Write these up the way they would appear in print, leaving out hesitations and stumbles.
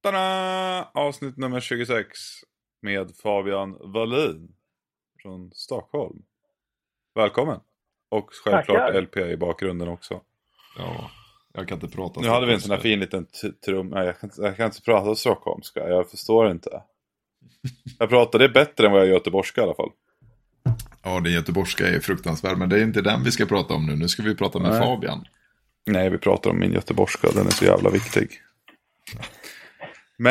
Tada! Avsnitt nummer 26 med Fabian Wallin från Stockholm. Välkommen. Och självklart Tackar. LP i bakgrunden också. Ja, jag kan inte prata. Nu hade vi en sån här fin liten trum. Nej, jag kan inte prata stockholmska. Jag förstår inte. Det är bättre än vad jag gör göteborgska i alla fall. Ja, den göteborgska är fruktansvärd. Men det är inte den vi ska prata om nu. Nu ska vi prata med Fabian. Nej, vi pratar om min göteborgska. Den är så jävla viktig. Men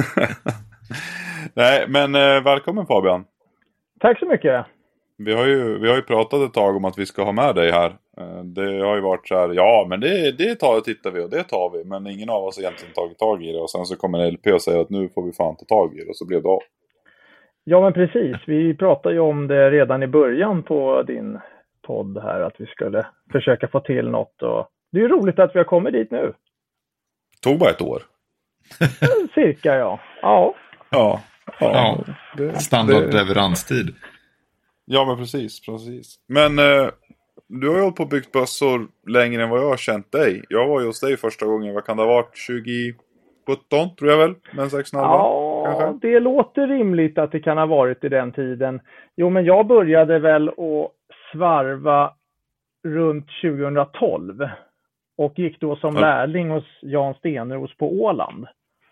nej, men välkommen Fabian. Tack så mycket. Vi har ju pratat ett tag om att vi ska ha med dig här. Det har ju varit så här, ja men det tittar vi och det tar vi. Men ingen av oss egentligen tagit tag i det. Och sen så kommer LP och säger att nu får vi fan ta tag i det. Och så blev det av. Ja men precis, vi pratade ju om det redan i början på din podd här. Att vi skulle försöka få till något. Och det är ju roligt att vi har kommit dit nu. Tog bara ett år. Cirka ja. Ja. Standard leveranstid. Ja men precis. Men du har ju hållit på och byggt bössor längre än vad jag har känt dig. Jag var ju hos dig första gången, vad kan det ha varit? 2017 tror jag väl? Men 6 Ja, kanske? det låter rimligt att det kan ha varit i den tiden. Jo men jag började väl att svarva runt 2012. Och gick då som lärling hos Jan Stenros på Åland.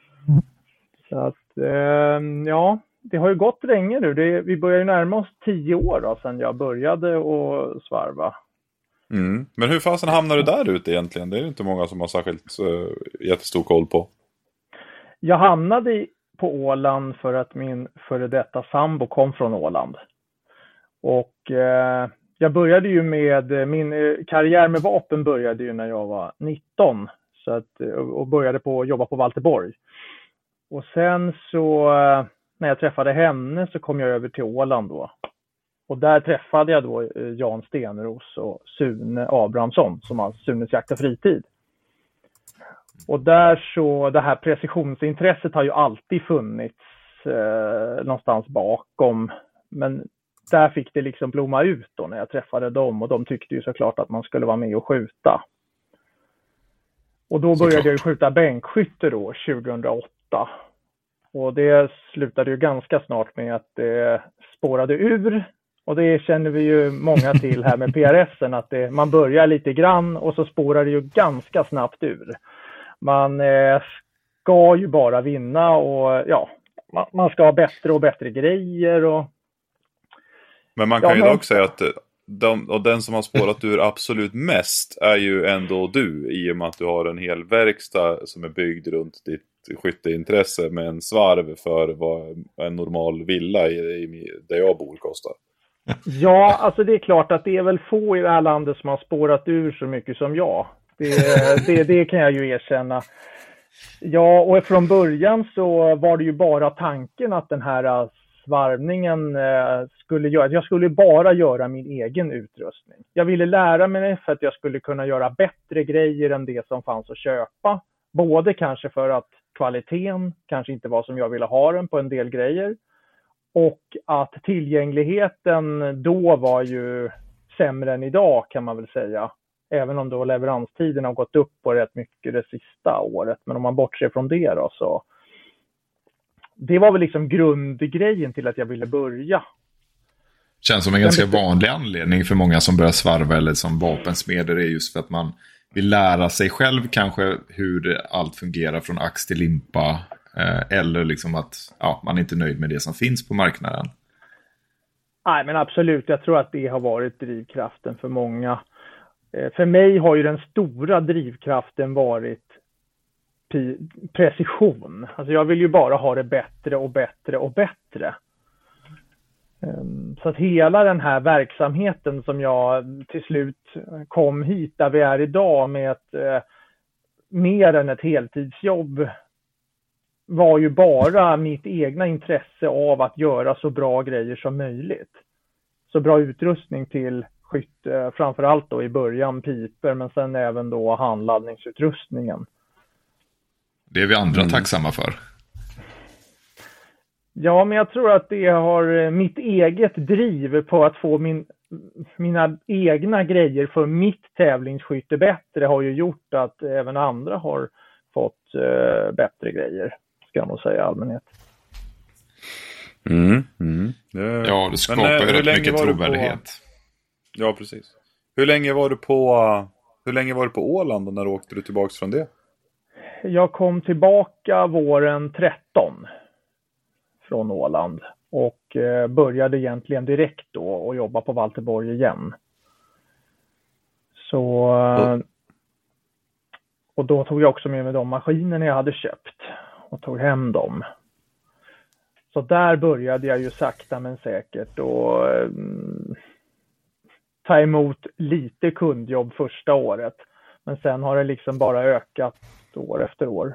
Så att, ja, det har ju gått länge nu. Vi börjar ju närma oss 10 år då, sedan jag började att svarva. Mm. Men hur fasen hamnar du där ute egentligen? Det är ju inte många som har särskilt jättestor koll på. Jag hamnade på Åland för att min före detta sambo kom från Åland. Och jag började ju med, min karriär med vapen började ju när jag var 19. Så att, och började jobba på Valterborg. Och sen så när jag träffade henne så kom jag över till Åland då. Och där träffade jag då Jan Stenros och Sune Abrahamsson som har Sunes jakt och fritid. Och där så, det här precisionsintresset har ju alltid funnits någonstans bakom. Men där fick det liksom blomma ut då när jag träffade dem. Och de tyckte ju såklart att man skulle vara med och skjuta. Och då började jag skjuta bänkskytte då 2008. Och det slutade ju ganska snart med att det spårade ur. Och det känner vi ju många till här med PRSen. Att man börjar lite grann och så spårar det ju ganska snabbt ur. Man ska ju bara vinna och ja, man ska ha bättre och bättre grejer. Men man kan ju dock säga att den som har spårat ur absolut mest är ju ändå du. I och med att du har en hel verkstad som är byggd runt ditt skytteintresse med en svarv för vad en normal villa där jag bor kostar. Ja, alltså det är klart att det är väl få i det här landet som har spårat ur så mycket som jag. Det kan jag ju erkänna. Ja, och från början så var det ju bara tanken att den här svarvningen skulle göra. Jag skulle bara göra min egen utrustning. Jag ville lära mig för att jag skulle kunna göra bättre grejer än det som fanns att köpa. Både kanske för att kvaliteten kanske inte var som jag ville ha den på en del grejer. Och att tillgängligheten då var ju sämre än idag kan man väl säga. Även om då leveranstiden har gått upp på rätt mycket det sista året. Men om man bortser från det då så. Det var väl liksom grundgrejen till att jag ville börja. Känns som en ganska vanlig anledning för många som börjar svarva eller som vapensmeder är just för att man vill lära sig själv kanske hur allt fungerar från ax till limpa. Eller liksom att man är inte nöjd med det som finns på marknaden. Nej men absolut, jag tror att det har varit drivkraften för många. För mig har ju den stora drivkraften varit precision. Alltså jag vill ju bara ha det bättre och bättre och bättre. Så att hela den här verksamheten som jag till slut kom hit där vi är idag med mer än ett heltidsjobb var ju bara mitt egna intresse av att göra så bra grejer som möjligt. Så bra utrustning till skytte, framförallt då i början piper men sen även då handladdningsutrustningen. Det är vi andra tacksamma för. Ja, men jag tror att det har mitt eget driv på att få mina egna grejer för mitt tävlingsskytte bättre har ju gjort att även andra har fått bättre grejer. ska jag nog säga i allmänhet. Ja, det skapar ju rätt mycket trovärdighet. Ja, precis. Hur länge var du på Åland och när åkte du tillbaka från det? Jag kom tillbaka våren 13 från Åland och började egentligen direkt då och jobba på Valterborg igen. Så och då tog jag också med mig de maskinerna jag hade köpt och tog hem dem. Så där började jag ju sakta men säkert och ta emot lite kundjobb första året. Men sen har det liksom bara ökat år efter år.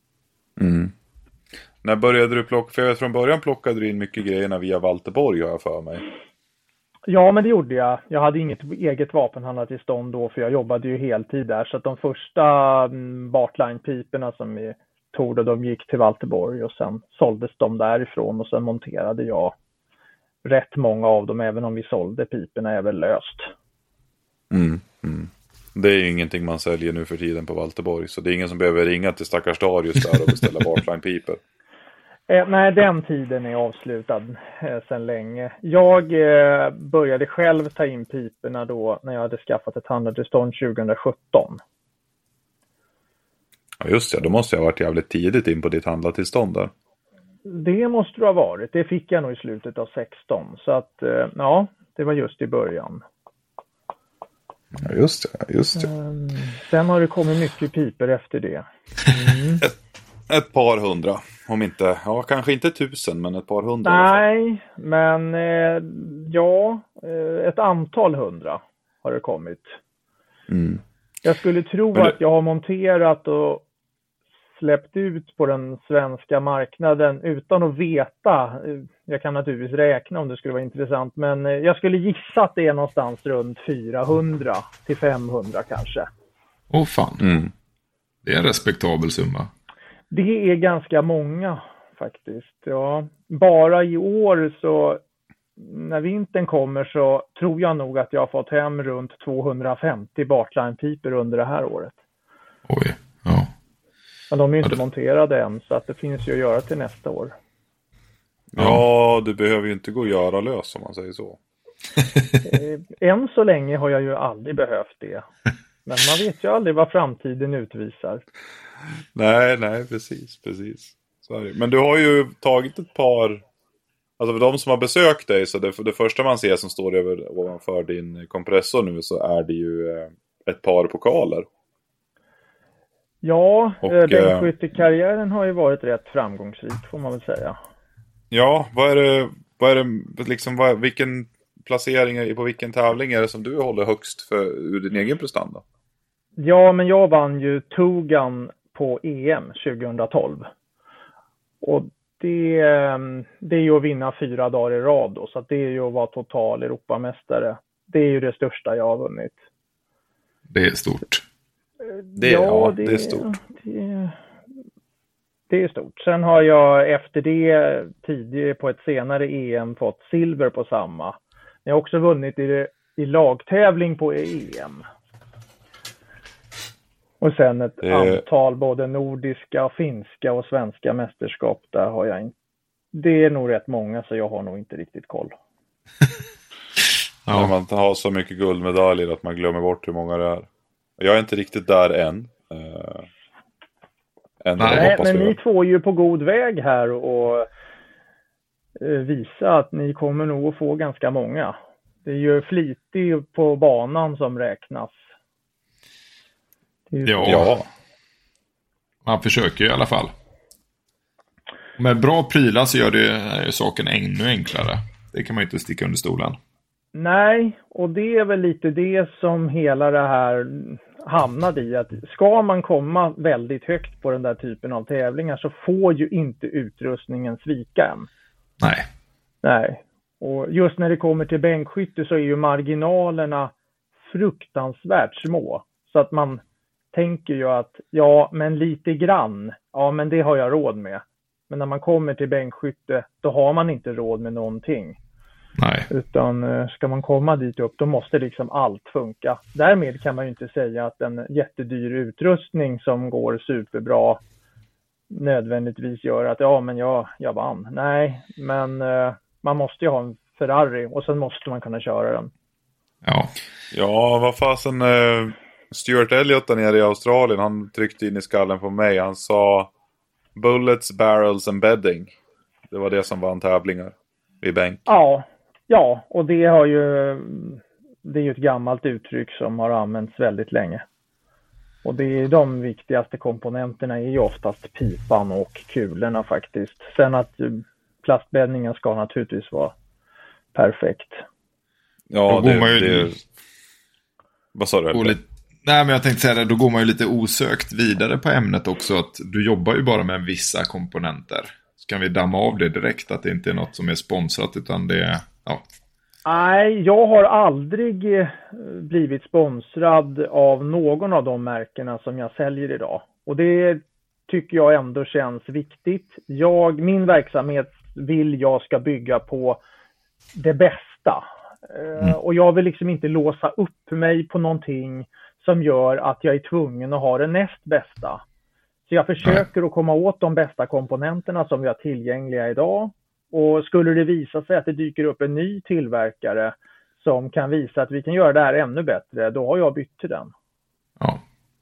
När började du plocka? För jag vet, från början plockade du in mycket grejerna via Valterborg, har jag för mig. Ja, men det gjorde jag. Jag hade inget eget vapenhandlartillstånd då, för jag jobbade ju heltid där. Så att de första Bartline-piperna som vi tog då, de gick till Valterborg och sen såldes de därifrån och sen monterade jag rätt många av dem, även om vi sålde piperna även löst. Det är ju ingenting man säljer nu för tiden på Valterborg, så det är ingen som behöver ringa till stackars Darius där och beställa Bartline-piper. Nej, den tiden är avslutad sedan länge. Jag började själv ta in piperna då när jag hade skaffat ett handlartillstånd 2017. Ja, just det. Då måste jag ha varit jävligt tidigt in på ditt handlartillstånd där. Det måste det ha varit. Det fick jag nog i slutet av 16. Så att, ja, det var just i början. Ja, just det. Sen har det kommit mycket piper efter det. Ett par hundra. Om inte, ja, kanske inte 1000, men ett par hundra. Nej, men ett antal hundra har det kommit. Jag skulle tro att jag har monterat och släppt ut på den svenska marknaden utan att veta. Jag kan naturligtvis räkna om det skulle vara intressant, men jag skulle gissa att det är någonstans runt 400 till 500 kanske. Åh fan. Det är en respektabel summa. Det är ganska många faktiskt. Ja. Bara i år, så när vintern kommer, så tror jag nog att jag har fått hem runt 250 Bartline-piper under det här året. Oj, ja. Men de är ju inte monterade än, så att det finns ju att göra till nästa år. Ja, du behöver ju inte gå och göra lös, om man säger så. Än så länge har jag ju aldrig behövt det. Men man vet ju aldrig vad framtiden utvisar. Nej, precis. Så är det. Men du har ju tagit ett par, alltså för de som har besökt dig, så det första man ser som står ovanför din kompressor nu, så är det ju ett par pokaler. Ja, bänkskyttekarriären har ju varit rätt framgångsrik, får man väl säga. Ja, vad är det liksom, vilken placering på vilken tävling är det som du håller högst ur din egen prestanda? Ja, men jag vann ju Togan på EM 2012. Och det är ju att vinna 4 dagar i rad då, så att det är ju att vara total Europamästare. Det är ju det största jag har vunnit. Det är stort. Det är stort. Det är stort. Sen har jag efter det tidigare på ett senare EM fått silver på samma. Jag har också vunnit i lagtävling på EM. Och sen ett antal både nordiska, finska och svenska mästerskap. Där har jag inte. Det är nog rätt många, så jag har nog inte riktigt koll. Ja. När man har så mycket guldmedaljer att man glömmer bort hur många det är. Jag är inte riktigt där än. Nej, men ni två är ju på god väg här och visa att ni kommer nog att få ganska många. Det är ju flitig på banan som räknas. Ja. Man försöker ju i alla fall. Med bra prylar så gör det saken ännu enklare. Det kan man ju inte sticka under stolen. Nej, och det är väl lite det som hela det här hamnade i. Att ska man komma väldigt högt på den där typen av tävlingar, så får ju inte utrustningen svika än. Nej. Och just när det kommer till bänkskytte så är ju marginalerna fruktansvärt små. Så att man tänker ju att ja, men lite grann, ja men det har jag råd med. Men när man kommer till bänkskytte, då har man inte råd med någonting. Nej. Utan ska man komma dit upp, då måste liksom allt funka. Därmed kan man ju inte säga att en jättedyr utrustning som går superbra nödvändigtvis gör att jag vann. Nej, men man måste ju ha en Ferrari och sen måste man kunna köra den. Ja, vad fasen Stuart Elliott där nere i Australien, han tryckte in i skallen på mig. Han sa bullets, barrels and bedding. Det var det som vann tävlingar i bänk. Ja, och det är ju ett gammalt uttryck som har använts väldigt länge. Och det är de viktigaste komponenterna är ju oftast pipan och kulorna faktiskt. Sen att plastbäddningen ska naturligtvis vara perfekt. Ja, vad sa du? Nej, men jag tänkte säga det, då går man ju lite osökt vidare på ämnet också, att du jobbar ju bara med vissa komponenter. Så kan vi damma av det direkt, att det inte är något som är sponsrat, utan det är, Nej, jag har aldrig blivit sponsrad av någon av de märkena som jag säljer idag. Och det tycker jag ändå känns viktigt. Min verksamhet vill jag ska bygga på det bästa. Och jag vill liksom inte låsa upp mig på någonting som gör att jag är tvungen att ha det näst bästa. Så jag försöker att komma åt de bästa komponenterna som vi har tillgängliga idag. Och skulle det visa sig att det dyker upp en ny tillverkare som kan visa att vi kan göra det här ännu bättre, då har jag bytt till den. Ja.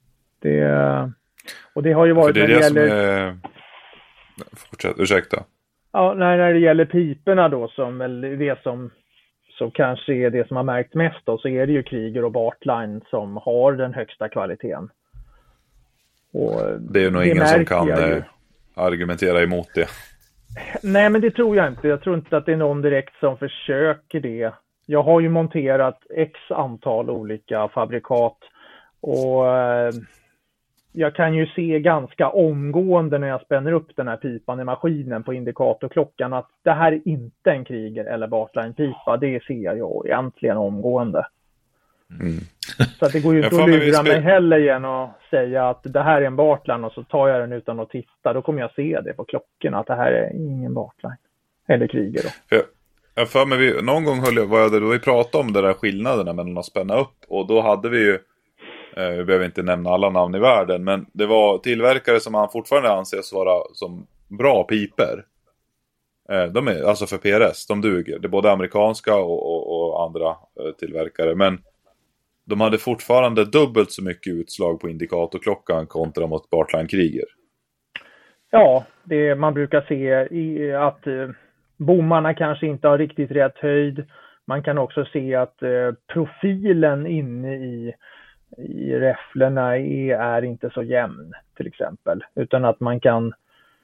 Och det har ju varit när det gäller... Fortsätt, ursäkta. Ja, när det gäller piporna då, som det som kanske är det som har märkt mest då, så är det ju Krieger och Bartlein som har den högsta kvaliteten. Och det är nog ingen som kan argumentera emot det. Nej, men det tror jag inte. Jag tror inte att det är någon direkt som försöker det. Jag har ju monterat x antal olika fabrikat och jag kan ju se ganska omgående när jag spänner upp den här pipan i maskinen på indikatorklockan att det här är inte en Krieger eller Bartlein-pipa. Det ser jag egentligen omgående. Så att det går ju inte att lura mig heller igen och säga att det här är en Bartlein och så tar jag den utan att titta. Då kommer jag se det på klockorna att det här är ingen Bartlein eller Krieger då. Jag för mig, någon gång vi pratade om de där skillnaderna mellan att spänna upp, och då hade vi ju vi behöver inte nämna alla namn i världen, men det var tillverkare som man fortfarande anses vara som bra piper. De är alltså för PRS, de duger. Det är både amerikanska och andra tillverkare, men de hade fortfarande dubbelt så mycket utslag på indikatorklockan kontra mot Bartlein Krieger. Ja, man brukar se att bommarna kanske inte har riktigt rätt höjd. Man kan också se att profilen inne i räfflorna är inte så jämn till exempel. Utan att man kan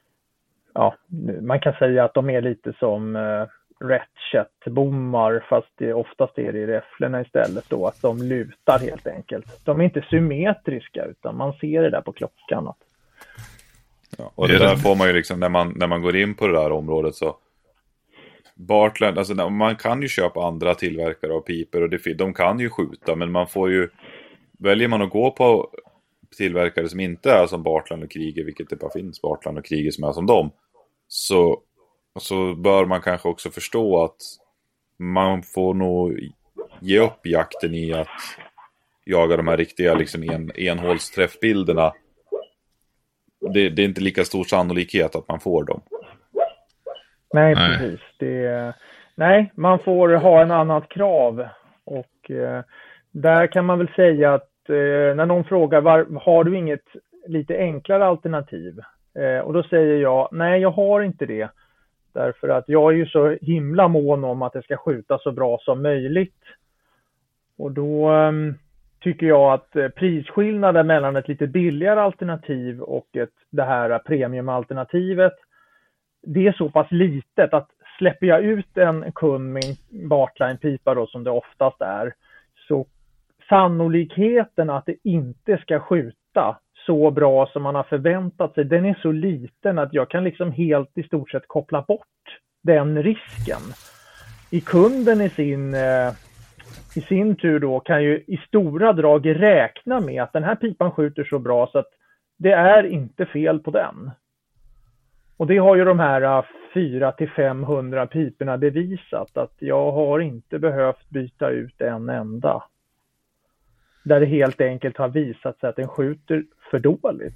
säga att de är lite som ratchet-bommar, fast oftast är det i räfflorna istället då, att de lutar helt enkelt. De är inte symmetriska utan man ser det där på klockan. Ja, och det där får man ju liksom när man går in på det där området så Bartlein, alltså man kan ju köpa andra tillverkare av piper och de kan ju skjuta, men man får ju, väljer man att gå på tillverkare som inte är som Bartlein och Krieger, vilket det bara finns Bartlein och Krieger som är som dem, så bör man kanske också förstå att man får nog ge upp jakten i att jaga de här riktiga liksom enhålsträffbilderna. Det är inte lika stor sannolikhet att man får dem. Nej, precis. Nej, man får ha en annat krav. Och där kan man väl säga att när någon frågar har du inget lite enklare alternativ? Och då säger jag, nej jag har inte det. Därför att jag är ju så himla mån om att det ska skjuta så bra som möjligt. Och då tycker jag att prisskillnaden mellan ett lite billigare alternativ och det här premiumalternativet, det är så pass litet att släpper jag ut en kund med en Bartlein-pipa då, som det oftast är, så sannolikheten att det inte ska skjuta så bra som man har förväntat sig, den är så liten att jag kan liksom helt i stort sett koppla bort den risken. I kunden i sin tur då kan ju i stora drag räkna med att den här pipan skjuter så bra så att det är inte fel på den. Och det har ju de här 400-500 piporna bevisat, att jag har inte behövt byta ut en enda. Där det helt enkelt har visat sig att den skjuter för dåligt.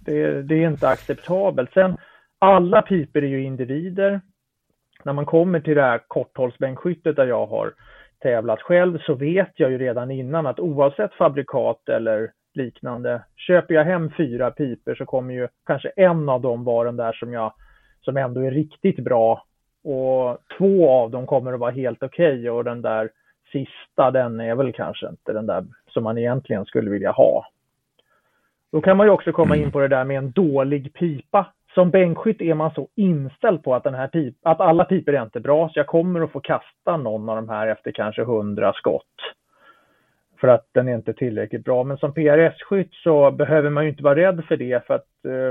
Det är inte acceptabelt. Sen, alla piper är ju individer. När man kommer till det här korthållsbänkskyttet där jag har tävlat själv, så vet jag ju redan innan att oavsett fabrikat eller liknande, köper jag hem 4 piper så kommer ju kanske en av dem vara den där som ändå är riktigt bra, och 2 av dem kommer att vara helt okej, och den där sista, den är väl kanske inte den där som man egentligen skulle vilja ha. Då kan man ju också komma in på det där med en dålig pipa. Som bänkskytt är man så inställd på att att alla piper är inte bra, så jag kommer att få kasta någon av de här efter kanske 100 skott. För att den är inte tillräckligt bra. Men som PRS-skytt så behöver man ju inte vara rädd för det, för att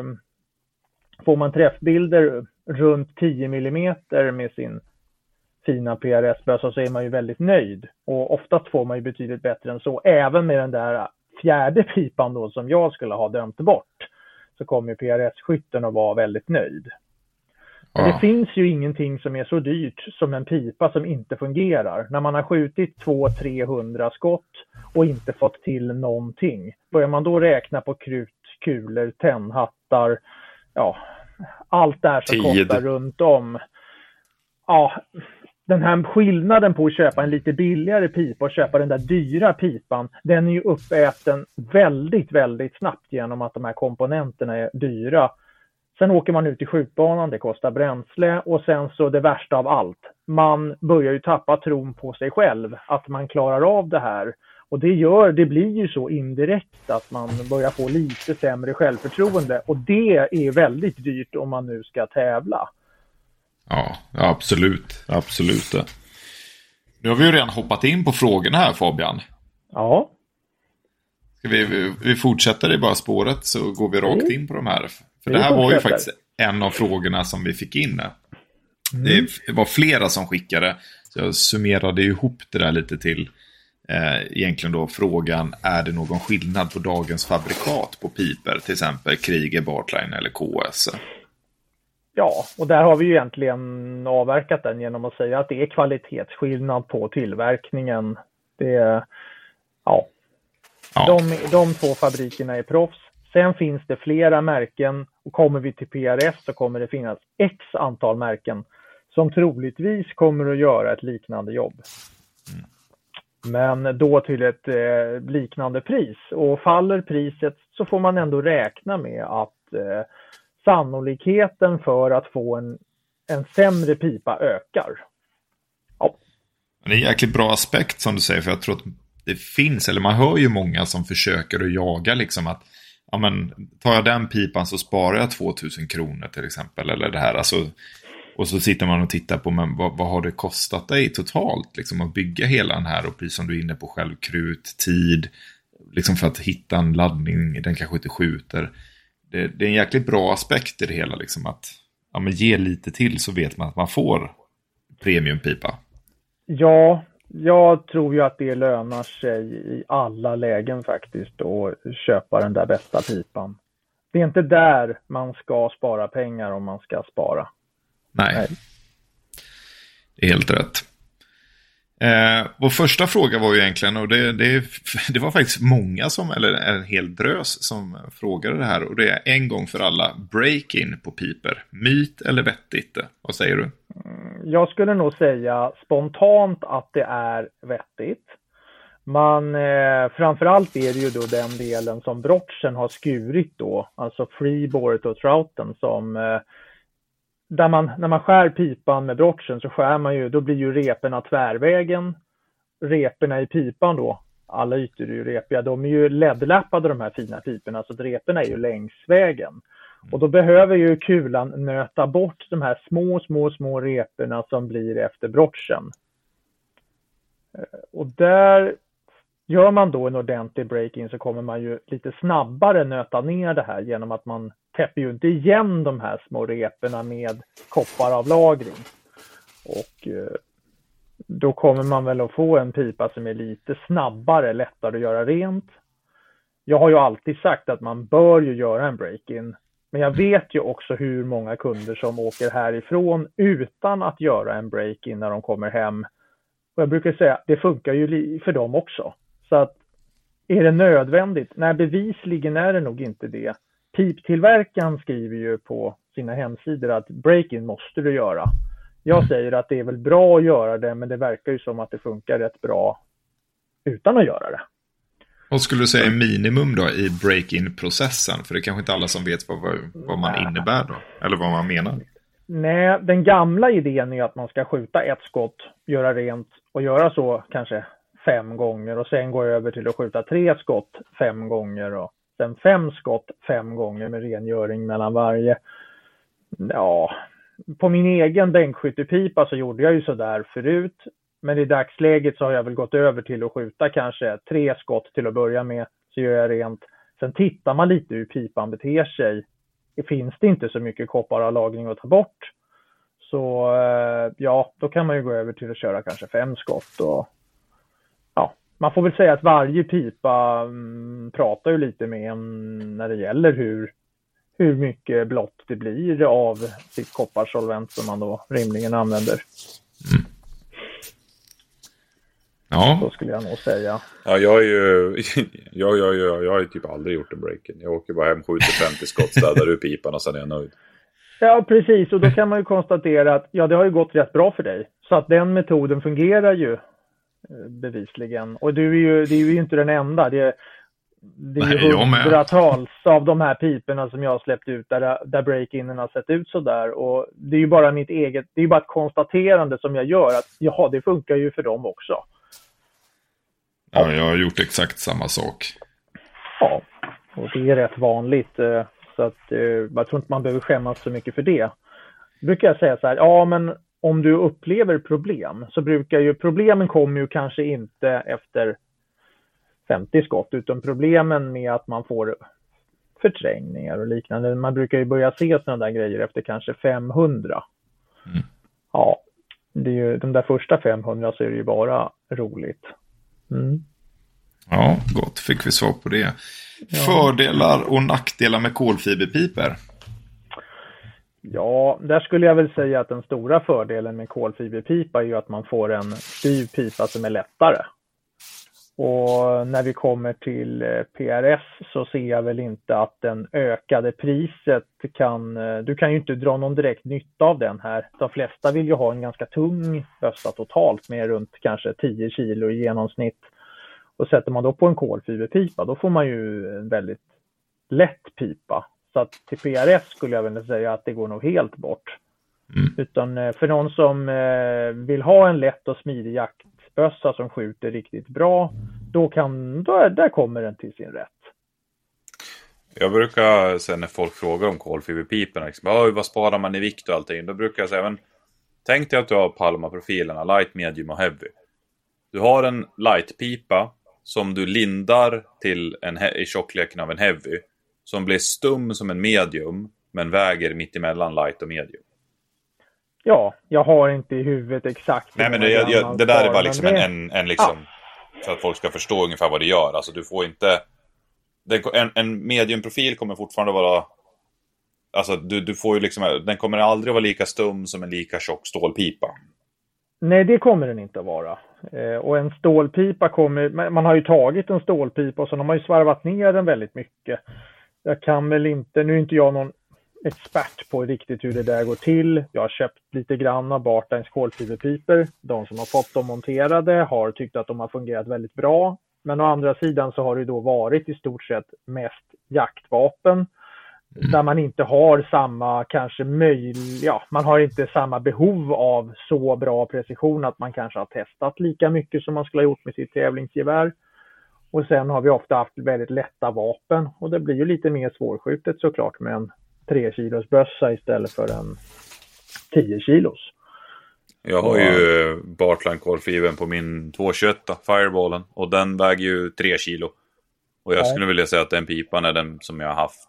får man träffbilder runt 10 mm med sin fina PRS-bössa så är man ju väldigt nöjd. Och oftast får man ju betydligt bättre än så. Även med den där 4:e pipan då som jag skulle ha dömt bort, så kommer PRS-skytten att vara väldigt nöjd. Ja. Det finns ju ingenting som är så dyrt som en pipa som inte fungerar. När man har skjutit 200-300 skott och inte fått till någonting. Börjar man då räkna på krut, kulor, tändhattar, ja, allt där som kostar runt om. Ja, den här skillnaden på att köpa en lite billigare pipa och köpa den där dyra pipan, den är ju uppäten väldigt, väldigt snabbt genom att de här komponenterna är dyra. Sen åker man ut i skjutbanan, det kostar bränsle, och sen så det värsta av allt. Man börjar ju tappa tron på sig själv, att man klarar av det här. Och det blir ju så indirekt att man börjar få lite sämre självförtroende. Och det är väldigt dyrt om man nu ska tävla. Ja, absolut. Absolut. Nu har vi ju redan hoppat in på frågorna här, Fabian. Ja. Ska vi fortsätter i bara spåret, så går vi rakt in på de här. För det här var ju faktiskt en av frågorna som vi fick in. Det var flera som skickade. Så jag summerade ihop det där lite till egentligen då frågan: är det någon skillnad på dagens fabrikat på piper, till exempel Krieger, Bartlein eller KS? Ja, och där har vi ju egentligen avverkat den genom att säga att det är kvalitetsskillnad på tillverkningen. Ja. De 2 fabrikerna är proffs. Sen finns det flera märken, och kommer vi till PRS så kommer det finnas x antal märken som troligtvis kommer att göra ett liknande jobb. Men då till ett liknande pris. Och faller priset så får man ändå räkna med att sannolikheten för att få en sämre pipa ökar. Ja. Det är en jäkligt bra aspekt som du säger, för jag tror att det finns, eller man hör ju många som försöker att jaga liksom att, ja men tar jag den pipan så sparar jag 2000 kronor till exempel, eller det här, alltså, och så sitter man och tittar på, men vad har det kostat dig totalt liksom att bygga hela den här, och precis som du är inne på själv, krut, tid liksom för att hitta en laddning, den kanske inte skjuter. Det är en jäkligt bra aspekt i det hela liksom, att ja, men ge lite till så vet man att man får premiumpipa. Ja, jag tror ju att det lönar sig i alla lägen faktiskt att köpa den där bästa pipan. Det är inte där man ska spara pengar om man ska spara. Nej. Det är helt rätt. Vår första fråga var ju egentligen, och det var faktiskt många eller en hel drös som frågade det här, och det är en gång för alla: break-in på piper, myt eller vettigt? Vad säger du? Jag skulle nog säga spontant att det är vettigt. Framförallt är det ju då den delen som Brotchen har skurit då, alltså freeboret och trouten, som när man skär pipan med Brotchen så skär man ju, då blir ju reporna tvärvägen. Reporna i pipan då, alla ytor är ju repiga, de är ju ledlappade de här fina piporna, så reporna är ju längsvägen. Och då behöver ju kulan nöta bort de här små reporna som blir efter Brotchen. Och där gör man då en ordentlig break-in så kommer man ju lite snabbare nöta ner det här, genom att man täpper ju inte igen de här små reporna med kopparavlagring. Och då kommer man väl att få en pipa som är lite snabbare, lättare att göra rent. Jag har ju alltid sagt att man bör ju göra en break-in. Men jag vet ju också hur många kunder som åker härifrån utan att göra en break-in när de kommer hem. Och jag brukar säga att det funkar ju för dem också. Så att är det nödvändigt? Nej, bevisligen är det nog inte det. piptillverkaren skriver ju på sina hemsidor att break-in måste du göra. Jag säger att det är väl bra att göra det, men det verkar ju som att det funkar rätt bra utan att göra det. Vad skulle du säga är minimum då i break-in-processen? För det är kanske inte alla som vet vad man innebär då, eller vad man menar. Nej, den gamla idén är att man ska skjuta ett skott, göra rent och göra så kanske 5 gånger och sen gå över till att skjuta 3 skott 5 gånger och sen 5 skott 5 gånger med rengöring mellan varje. Ja, på min egen bänkskyttepipa så gjorde jag ju så där förut, men i dagsläget så har jag väl gått över till att skjuta kanske 3 skott till att börja med, så gör jag rent. Sen tittar man lite hur pipan beter sig. Det finns det inte så mycket kopparavlagring att ta bort. Så ja, då kan man ju gå över till att köra kanske 5 skott. Och, ja, man får väl säga att varje pipa pratar ju lite med en när det gäller hur mycket blått det blir av sitt kopparsolvent som man då rimligen använder. Mm. Ja. Så skulle jag nog säga. Ja, jag har ju typ aldrig gjort en break-in. Jag åker bara hem, skjuter 50 skott, städar ur pipan och sen är jag nöjd. Ja, precis. Och då kan man ju konstatera att ja, det har ju gått rätt bra för dig. Så att den metoden fungerar ju bevisligen. Och det är ju inte den enda. Det är ju hundratals av de här piporna som jag har släppt ut där break-inen har sett ut så där. Och det är ju bara det är ju bara ett konstaterande som jag gör att jaha, det funkar ju för dem också. Ja, jag har gjort exakt samma sak. Ja, och det är rätt vanligt. Så att jag tror inte man behöver skämmas så mycket för det. Brukar jag säga så här, ja men om du upplever problem så brukar ju problemen kommer ju kanske inte efter 50 skott, utan problemen med att man får förträngningar och liknande. Man brukar ju börja se sådana där grejer efter kanske 500. Mm. Ja, det är ju de där första 500 så är det ju bara roligt. Mm. Ja, gott. Fick vi svar på det. Ja. Fördelar och nackdelar med kolfiberpiper? Ja, där skulle jag väl säga att den stora fördelen med kolfiberpipa är ju att man får en styv pipa som är lättare. Och när vi kommer till PRS så ser jag väl inte att den ökade priset du kan ju inte dra någon direkt nytta av den här. De flesta vill ju ha en ganska tung bössa totalt med runt kanske 10 kilo i genomsnitt. Och sätter man då på en kolfiberpipa då får man ju en väldigt lätt pipa. Så att till PRS skulle jag väl säga att det går nog helt bort. Mm. Utan för någon som vill ha en lätt och smidig jaktbössa som skjuter riktigt bra, där kommer den till sin rätt. Jag brukar säga när folk frågar om kolfiberpiporna, liksom, vad sparar man i vikt och allting, då brukar jag säga, men tänk dig att du har Palma-profilerna, light, medium och heavy. Du har en light-pipa som du lindar till i tjockleken av en heavy, som blir stum som en medium, men väger mitt emellan light och medium. Ja, jag har inte i huvudet exakt. Nej, men det där är bara liksom en liksom, för att folk ska förstå ungefär vad det gör. Alltså du får inte, en mediumprofil kommer fortfarande vara, alltså du får ju liksom, den kommer aldrig vara lika stum som en lika tjock stålpipa. Nej, det kommer den inte att vara. Och en stålpipa man har ju tagit en stålpipa och så har man ju svarvat ner den väldigt mycket. Jag kan väl inte, nu är inte jag någon expert på riktigt hur det där går till. Jag har köpt lite grann av Bartleins kolfiberpiper. De som har fått dem monterade har tyckt att de har fungerat väldigt bra. Men å andra sidan så har det då varit i stort sett mest jaktvapen. Där man inte har samma man har inte samma behov av så bra precision att man kanske har testat lika mycket som man skulle ha gjort med sitt tävlingsgevär. Och sen har vi ofta haft väldigt lätta vapen och det blir ju lite mer svårskjutet såklart med en 3 kilos bössa istället för en 10 kilos. Jag har ju Bartlein kolfibern på min 221 Fireballen och den väger ju 3 kilo. Och jag skulle vilja säga att den pipan är den som jag har haft.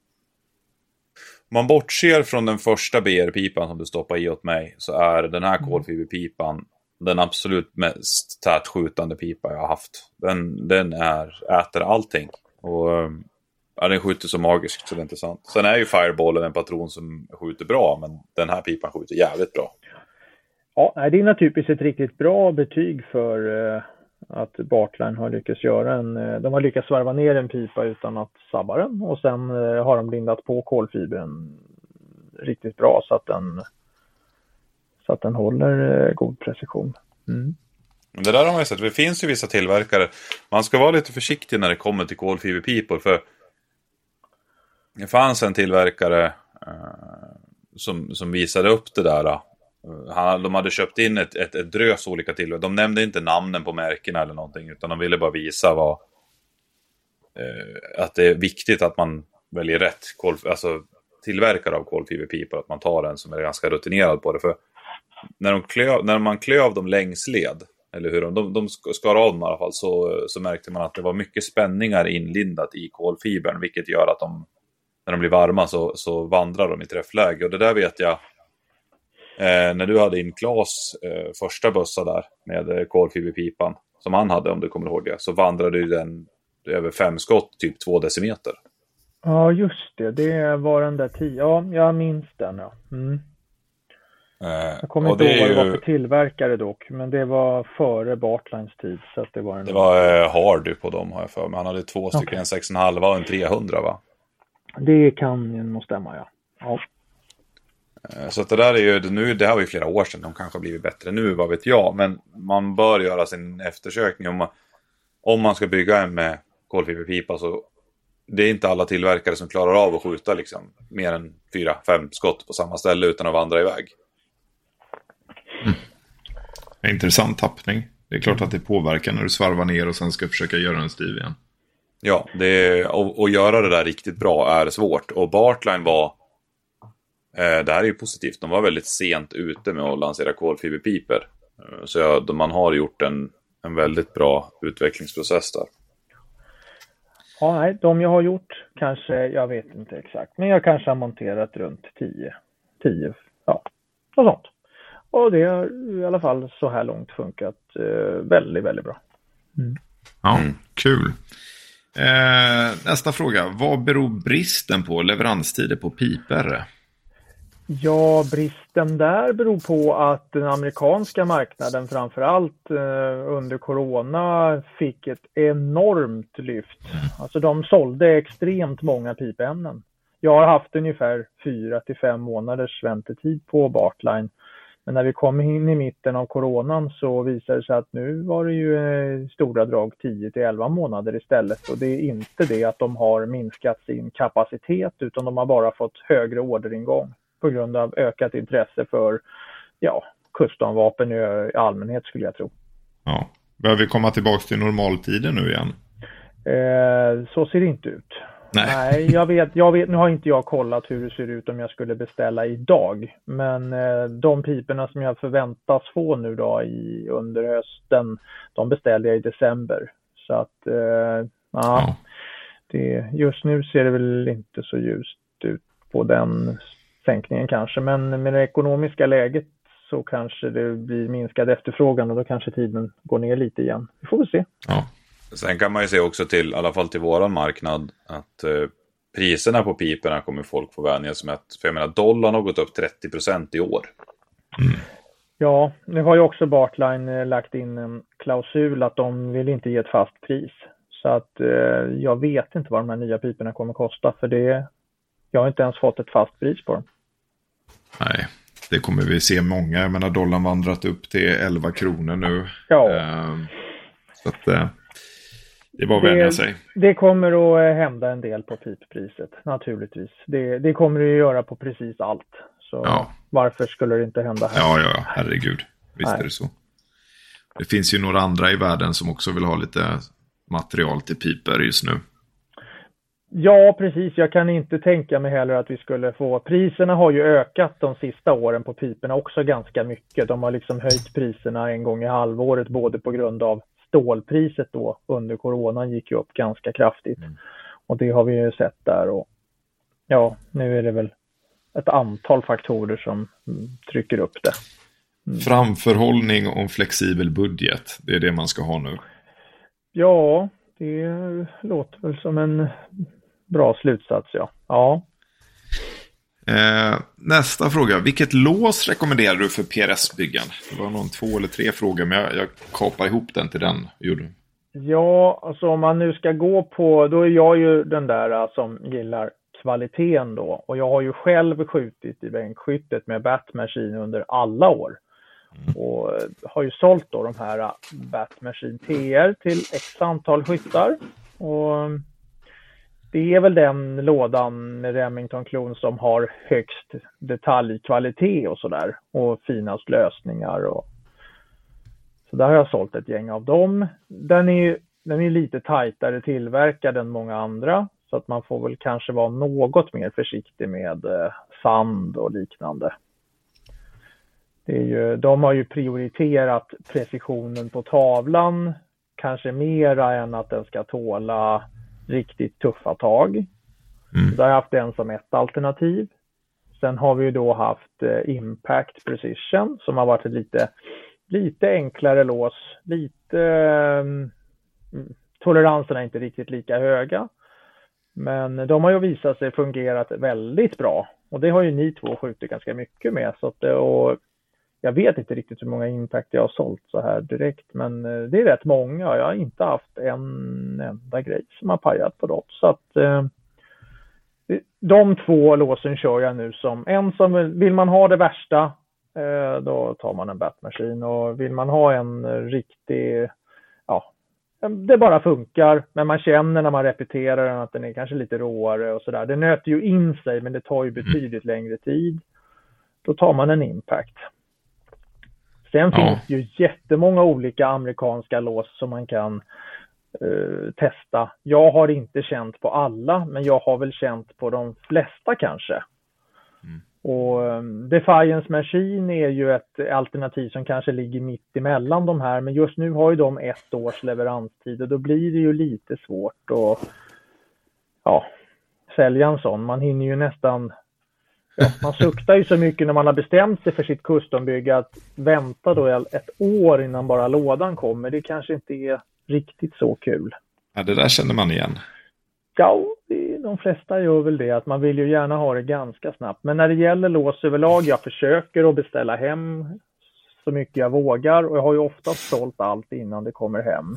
Om man bortser från den första BR-pipan som du stoppade i åt mig så är den här kolfiberpipan den absolut mest tätskjutande pipa jag har haft. Den äter allting. Och den skjuter så magiskt så det är inte sant. Sen är ju Fireballen en patron som skjuter bra, men den här pipan skjuter jävligt bra. Ja, det är naturligtvis ett riktigt bra betyg för Att Bartline har lyckats de har lyckats svarva ner en pipa utan att sabba den, och sen har de lindat på kolfibern riktigt bra så att den håller god precision. Mm. Det där har man ju sett. Det finns ju vissa tillverkare. Man ska vara lite försiktig när det kommer till kolfiberpipor, för det fanns en tillverkare som visade upp det där. De hade köpt in ett drös olika tillverkare. De nämnde inte namnen på märkena eller någonting, utan de ville bara visa att det är viktigt att man väljer rätt tillverkare av kolfiberpipor, att man tar en som är ganska rutinerad på det. För när man klöv dem längsled, eller hur de skar av dem i alla fall, så märkte man att det var mycket spänningar inlindat i kolfibern, vilket gör att när de blir varma så vandrar de i träffläge. Och det där vet jag, när du hade in Klas första bössa där med kolfiberpipan som han hade, om du kommer ihåg det, så vandrade ju den över 5 skott, typ 2 decimeter. Ja, just det. Det var den där 10. Ja, jag minns den. Ja. Mm. Jag kommer inte ihåg vad det var för tillverkare dock, men det var före Bartlines tid. Så att det var Hardy på dem, har jag för mig. Han hade 2 stycken, en 6,5 och en 300, va? Det kan nog stämma, ja. Så att det där är ju, nu, det här var ju flera år sedan, de kanske har blivit bättre nu, vad vet jag. Men man bör göra sin eftersökning om man ska bygga en med kolfiberpipa, så det är inte alla tillverkare som klarar av att skjuta liksom mer än 4-5 skott på samma ställe utan att vandra iväg. Intressant tappning. Det är klart att det påverkar när du svarvar ner och sen ska försöka göra en stiv igen. Ja, och göra det där riktigt bra är svårt. Och Bartline det här är ju positivt. De var väldigt sent ute med att lansera kolfiberpiper. Så man har gjort en väldigt bra utvecklingsprocess där. Ja, nej, de jag har gjort kanske, jag vet inte exakt, men jag kanske har monterat runt 10, ja, något sånt. Och det har i alla fall så här långt funkat väldigt, väldigt bra. Mm. Ja, kul. Nästa fråga. Vad beror bristen på leveranstider på piper? Ja, bristen där beror på att den amerikanska marknaden framförallt under corona fick ett enormt lyft. Alltså de sålde extremt många pipämnen. Jag har haft ungefär 4-5 månaders väntetid på Bartline. Men när vi kom in i mitten av coronan så visade det sig att nu var det ju stora drag 10-11 månader istället. Och det är inte det att de har minskat sin kapacitet, utan de har bara fått högre orderingång på grund av ökat intresse för customvapen i allmänhet, skulle jag tro. Ja. Behöver vi komma tillbaka till normaltiden nu igen? Så ser det inte ut. Nej, jag vet, nu har inte jag kollat hur det ser ut om jag skulle beställa idag. Men de piperna som jag förväntas få nu då under hösten, de beställde jag i december. Så att just nu ser det väl inte så ljust ut på den sänkningen kanske. Men med det ekonomiska läget så kanske det blir minskad efterfrågan och då kanske tiden går ner lite igen. Vi får väl se. Ja. Sen kan man ju se också i alla fall till våran marknad, att priserna på piperna kommer folk få vänja sig med. För jag menar, dollarn har gått upp 30% i år. Mm. Ja, nu har ju också Bartline lagt in en klausul att de vill inte ge ett fast pris. Så att jag vet inte vad de här nya piperna kommer kosta, för jag har inte ens fått ett fast pris på dem. Nej, det kommer vi se många. Jag menar, dollarn vandrat upp till 11 kronor nu. Ja. Så att det är bara att vänja sig. Det kommer att hända en del på pippriset, naturligtvis. Det kommer det att göra på precis allt. Så varför skulle det inte hända här? Ja, herregud. Visst är det så. Det finns ju några andra i världen som också vill ha lite material till piper just nu. Ja, precis. Jag kan inte tänka mig heller att vi skulle få... Priserna har ju ökat de sista åren på piperna också ganska mycket. De har liksom höjt priserna en gång i halvåret, både på grund av stålpriset då under coronan gick ju upp ganska kraftigt. Och det har vi ju sett där. Och nu är det väl ett antal faktorer som trycker upp det. Framförhållning och flexibel budget, det är det man ska ha nu. Ja, det låter väl som en bra slutsats, ja. Nästa fråga. Vilket lås rekommenderar du för PRS-byggen? Det var någon 2 eller 3 frågor, men jag kapar ihop den till den. Ja, alltså om man nu ska gå på, då är jag ju den där som gillar kvaliteten då. Och jag har ju själv skjutit i bänkskyttet med Bat Machine under alla år. Och har ju sålt då de här Bat Machine TR till x antal skyttar. Och det är väl den lådan med Remington-klon som har högst detaljkvalitet och sådär. Och finast lösningar. Så där har jag sålt ett gäng av dem. Den är lite tajtare tillverkad än många andra. Så att man får väl kanske vara något mer försiktig med sand och liknande. De har ju prioriterat precisionen på tavlan. Kanske mera än att den ska tåla riktigt tuffa tag. Så där har jag haft den som ett alternativ. Sen har vi ju då haft Impact Precision som har varit ett lite enklare lås. Toleranserna är inte riktigt lika höga. Men de har ju visat sig fungerat väldigt bra. Och det har ju ni två skjutit ganska mycket med. Och jag vet inte riktigt hur många Impact jag har sålt så här direkt. Men det är rätt många. Jag har inte haft en enda grej som har pajat på något. Så att de 2 låsen kör jag nu som vill man ha det värsta. Då tar man en Bat Machine. Och vill man ha en riktig, det bara funkar, men man känner när man repeterar den att den är kanske lite råare och sådär. Det nöter ju in sig, men det tar ju betydligt längre tid. Då tar man en Impact. Sen finns det ju jättemånga olika amerikanska lås som man kan testa. Jag har inte känt på alla, men jag har väl känt på de flesta kanske. Och Defiance Machine är ju ett alternativ som kanske ligger mitt emellan de här. Men just nu har ju de 1 års leveranstid och då blir det ju lite svårt att sälja en sån. Man hinner ju nästan, man suktar ju så mycket när man har bestämt sig för sitt custombygge att vänta då 1 år innan bara lådan kommer. Det kanske inte är riktigt så kul. Ja, det där känner man igen. Ja, de flesta gör väl det, att man vill ju gärna ha det ganska snabbt. Men när det gäller lås överlag, jag försöker att beställa hem så mycket jag vågar. Och jag har ju oftast sålt allt innan det kommer hem.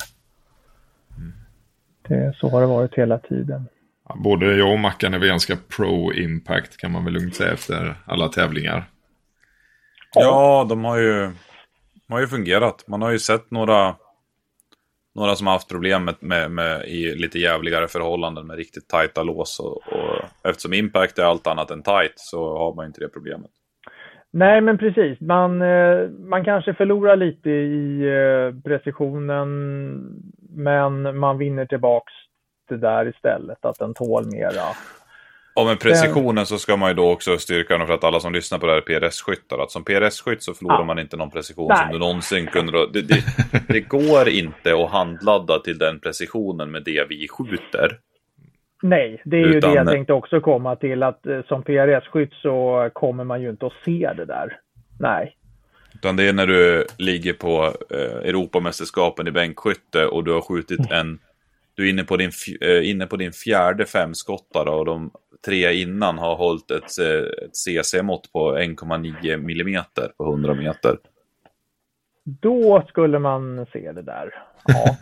Så har det varit hela tiden. Ja, både jag och Mackan är väl ganska pro-impact kan man väl lugnt säga efter alla tävlingar. Ja, de har ju fungerat. Man har ju sett några som har haft problem med i lite jävligare förhållanden med riktigt tajta lås. Och eftersom Impact är allt annat än tight så har man inte det problemet. Nej, men precis. Man kanske förlorar lite i precisionen, men man vinner tillbaks det där istället. Att den tål mera. Ja, men precisionen så ska man ju då också styrka den för att alla som lyssnar på det här är PRS-skyttar. Att som PRS-skytt så förlorar man inte någon precision som du någonsin kunde. Det går inte att handladda till den precisionen med det vi skjuter. Nej, det är ju det jag tänkte också komma till. Att som PRS-skytt så kommer man ju inte att se det där. Nej. Utan det är när du ligger på Europamästerskapen i bänkskytte och du har skjutit du är inne på din 4:e 5-skottare och de 3 innan har hållit ett CC-mått på 1,9 millimeter på 100 meter. Då skulle man se det där. Ja.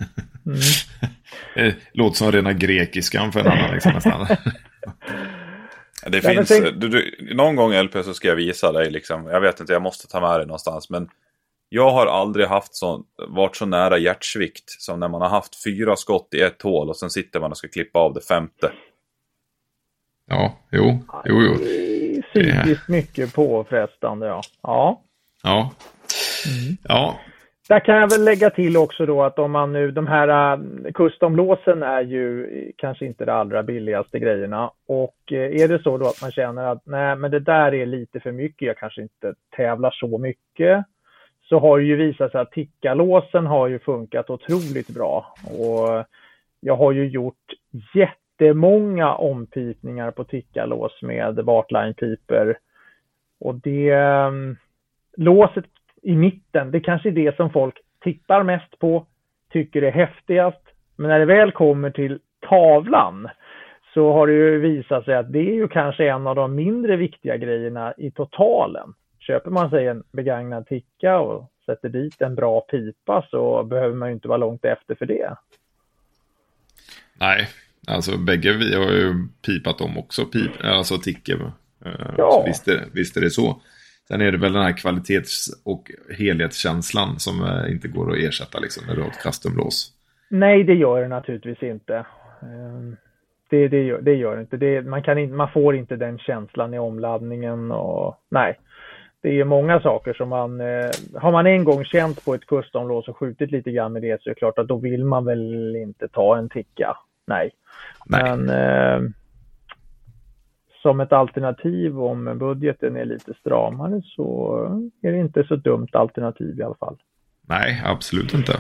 Låter som rena grekiskan för en annan liksom nästan. Det finns, någon gång LP så ska jag visa dig liksom. Jag vet inte, jag måste ta med det någonstans, men jag har aldrig varit så nära hjärtsvikt som när man har haft 4 skott i ett hål och sen sitter man och ska klippa av det 5:e. Ja, jo. Psykiskt mycket påfrestande, ja. Ja. Där kan jag väl lägga till också då att om man nu, de här customlåsen är ju kanske inte de allra billigaste grejerna. Och är det så då att man känner att nej, men det där är lite för mycket, jag kanske inte tävlar så mycket. Så har det ju visat sig att tickalåsen har ju funkat otroligt bra. Och jag har ju gjort jättemånga ompipningar på tickalås med Bartline-piper. Och det låset i mitten, det kanske är det som folk tittar mest på, tycker är häftigast. Men när det väl kommer till tavlan så har det ju visat sig att det är ju kanske en av de mindre viktiga grejerna i totalen. Köper man sig en begagnad ticka och sätter dit en bra pipa så behöver man ju inte vara långt efter för det. Nej, alltså bägge vi har ju pipat dem också, alltså tickor. Ja. Så visst är det så. Sen är det väl den här kvalitets- och helhetskänslan som inte går att ersätta liksom, när du har ett custom-lås. Nej, det gör det naturligtvis inte. Det gör inte. Man får inte den känslan i omladdningen. Och, nej, det är många saker som har man en gång känt på ett custom-lås och skjutit lite grann med det så är det klart att då vill man väl inte ta en ticka. Nej. Men som ett alternativ om budgeten är lite stramare så är det inte så dumt alternativ i alla fall. Nej, absolut inte.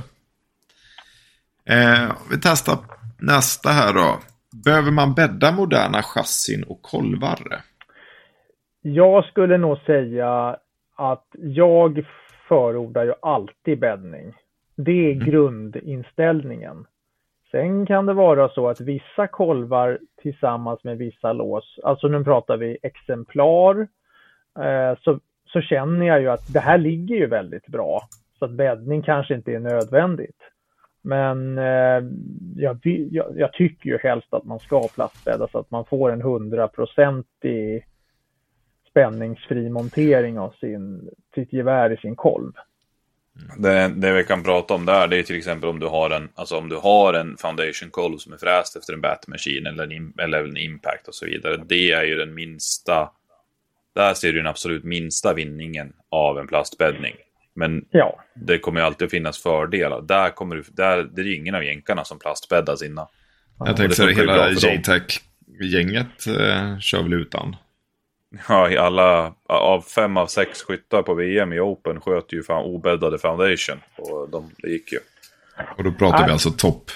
Vi testar nästa här då. Behöver man bädda moderna chassin och kolvar? Jag skulle nog säga att jag förordar ju alltid bäddning. Det är grundinställningen. Sen kan det vara så att vissa kolvar tillsammans med vissa lås, alltså nu pratar vi exemplar, så känner jag ju att det här ligger ju väldigt bra. Så att bäddning kanske inte är nödvändigt. Men jag tycker ju helst att man ska plastbädda så att man får en 100% spänningsfri montering av sitt gevär i sin kolv. Det vi kan prata om där, det är till exempel om du har en foundation kolv som är fräst efter en battemaskin eller en impact och så vidare. Det är ju den minsta, där ser du den absolut minsta vinningen av en plastbäddning. Men det kommer ju alltid finnas fördelar. Det är ingen av jänkarna som plastbäddas innan. Jag tänkte att hela JTAC-gänget kör väl utan. Ja, av 5 av 6 skyttar på VM i Open sköt ju obäddade foundation. Och det gick ju. Och då pratar vi alltså topp.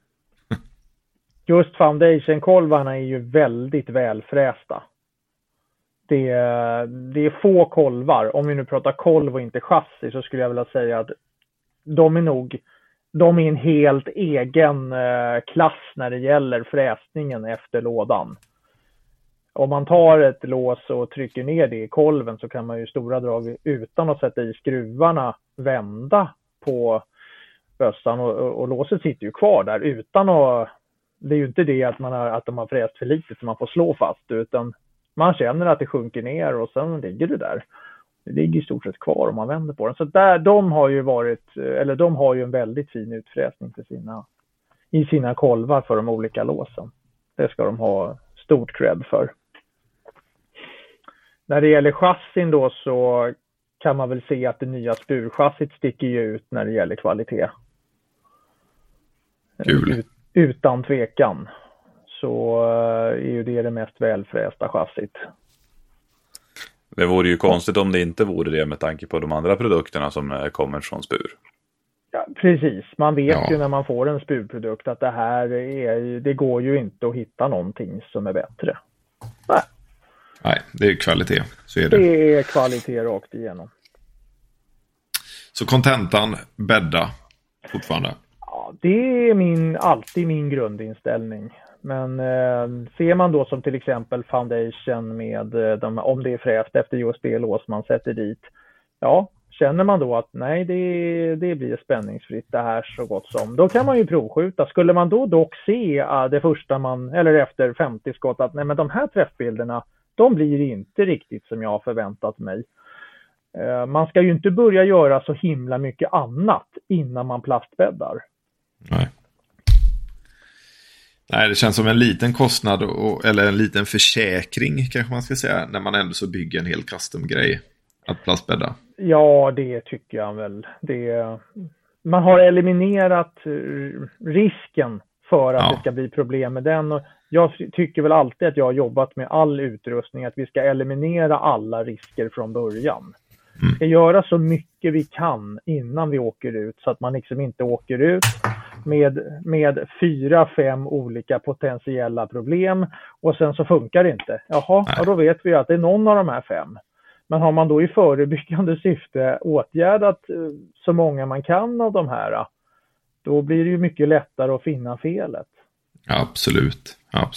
Just foundation-kolvarna är ju väldigt välfrästa. Det är få kolvar. Om vi nu pratar kolv och inte chassi så skulle jag vilja säga att de är en helt egen klass när det gäller fräsningen efter lådan. Om man tar ett lås och trycker ner det i kolven så kan man ju stora drag utan att sätta i skruvarna vända på bössan och låset sitter ju kvar där utan att, det är ju inte det att de har fräst för lite så man får slå fast utan man känner att det sjunker ner och sen ligger det där. Det ligger i stort sett kvar om man vänder på den. Så där, de har ju en väldigt fin utfräsning i sina kolvar för de olika låsen. Det ska de ha stort cred för. När det gäller chassin då så kan man väl se att det nya spurchassit sticker ju ut när det gäller kvalitet. Kul. Utan tvekan så är ju det mest välfrästa chassit. Det vore ju konstigt om det inte vore det med tanke på de andra produkterna som kommer från spur. Ja, precis. Man vet ju när man får en spurprodukt att det går ju inte att hitta någonting som är bättre. Nej, det är kvalitet. Så är det. Det är kvalitet rakt igenom. Så kontentan, bädda fortfarande? Ja, det är alltid min grundinställning. Men ser man då som till exempel foundation med om det är fräst efter just det lås man sätter dit. Ja, känner man då att nej det blir spänningsfritt det här så gott som. Då kan man ju provskjuta. Skulle man då dock se det första eller efter 50 skott att nej men de här träffbilderna de blir inte riktigt som jag har förväntat mig. Man ska ju inte börja göra så himla mycket annat innan man plastbäddar. Nej, det känns som en liten kostnad eller en liten försäkring kanske man ska säga när man ändå så bygger en hel custom-grej att plastbädda. Ja, det tycker jag väl. Man har eliminerat risken för att det ska bli problem med den. Och jag tycker väl alltid att jag har jobbat med all utrustning att vi ska eliminera alla risker från början. Vi ska göra så mycket vi kan innan vi åker ut så att man liksom inte åker ut med 4-5 olika potentiella problem och sen så funkar det inte. Jaha, då vet vi att det är någon av de här 5. Men har man då i förebyggande syfte åtgärdat så många man kan av de här, då blir det ju mycket lättare att finna felet. Absolut.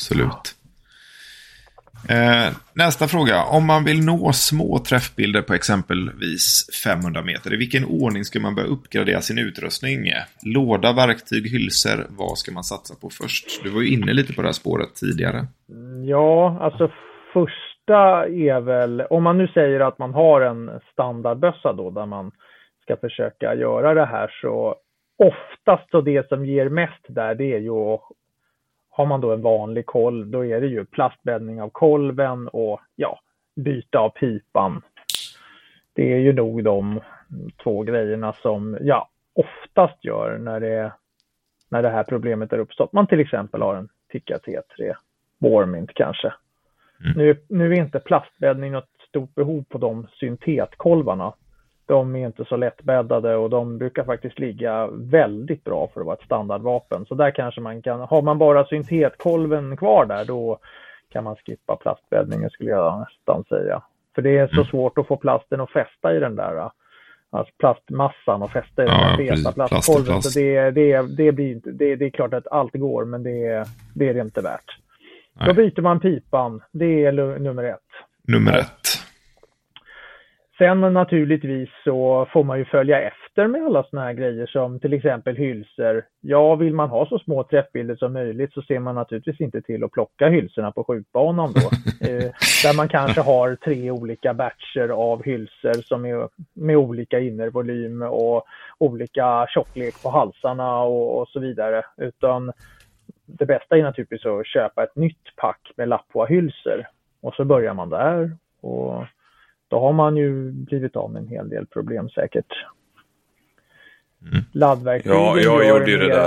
Nästa fråga. Om man vill nå små träffbilder på exempelvis 500 meter, i vilken ordning ska man börja uppgradera sin utrustning? Låda, verktyg, hylsor. Vad ska man satsa på först? Du var ju inne lite på det här spåret tidigare. Ja, alltså första är väl, om man nu säger att man har en standardbössa då, där man ska försöka göra det här, så oftast så det som ger mest där, det är ju, har man då en vanlig kolv, då är det ju plastbäddning av kolven och byta av pipan. Det är ju nog de två grejerna som jag oftast gör när det här problemet är uppstått. Man till exempel har en Tikka T3 Warmint kanske. Nu är inte plastbäddning något stort behov på de syntetkolvarna. De är inte så lättbäddade och de brukar faktiskt ligga väldigt bra för att vara ett standardvapen. Så där kanske man kan, har man bara syntetkolven kvar där, då kan man skippa plastbäddningen, skulle jag nästan säga. För det är så svårt att få plasten att fästa i den där, alltså plastmassan och fästa i den där feta plastkolven. Så det blir inte, det är klart att allt går, men det är det inte värt. Nej. Då byter man pipan, det är nummer ett. Sen naturligtvis så får man ju följa efter med alla såna här grejer som till exempel hylsor. Ja, vill man ha så små träffbilder som möjligt så ser man naturligtvis inte till att plocka hylsorna på skjutbanan då. Där man kanske har 3 olika batcher av hylsor som är med olika innervolym och olika tjocklek på halsarna och så vidare. Utan det bästa är naturligtvis att köpa ett nytt pack med Lapua-hylsor. Och så börjar man där, och då har man ju blivit av med en hel del problem säkert. Laddverktygen jag gjorde ju det där.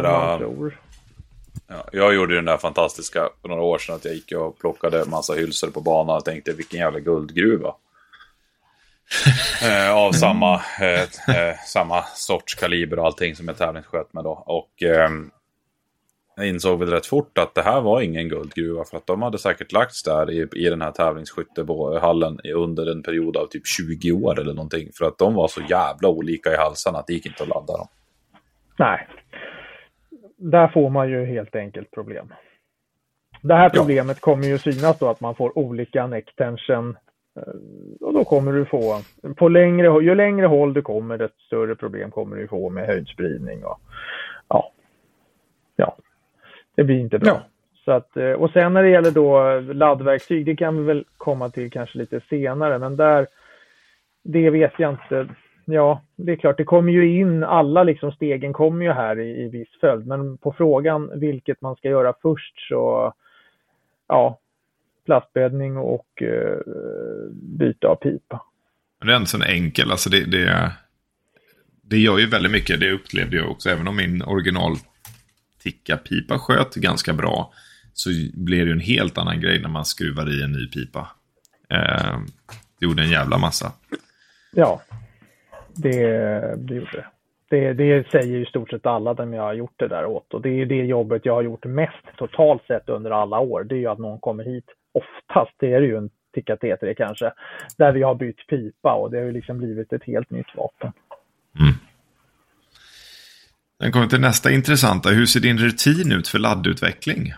Jag gjorde den där fantastiska för några år sedan, att jag gick och plockade massa hylsor på banan och tänkte vilken jävla guldgruva. Av samma sorts kaliber och allting som jag tävlingssköt med då. Och jag insåg väl rätt fort att det här var ingen guldgruva, för att de hade säkert lagts där i den här tävlingsskyttehallen under en period av typ 20 år eller någonting, för att de var så jävla olika i halsarna att det gick inte att ladda dem. Nej, där får man ju helt enkelt problem. Det här problemet kommer ju synas då, att man får olika neck tension, och då kommer du få ju längre håll du kommer, desto större problem kommer du få med höjdspridning och det blir inte bra. Så att, och sen när det gäller då laddverktyg, det kan vi väl komma till kanske lite senare, men det vet jag inte. Ja, det är klart, det kommer ju in, alla liksom stegen kommer ju här i viss följd, men på frågan vilket man ska göra först, så plastbäddning och byta av pipa. Det är inte så enkel, alltså det gör ju väldigt mycket, det upplevde jag också, även om min original Tikka-pipa sköt ganska bra, så blir det ju en helt annan grej när man skruvar i en ny pipa. Det gjorde en jävla massa. Ja, det gjorde det. Det säger ju i stort sett alla dem jag har gjort det där åt. Och det är det jobbet jag har gjort mest totalt sett under alla år. Det är ju att någon kommer hit. Oftast det är det ju en Tikka T3 kanske, där vi har bytt pipa, och det har ju liksom blivit ett helt nytt vapen. Den kommer till nästa intressanta. Hur ser din rutin ut för laddutveckling?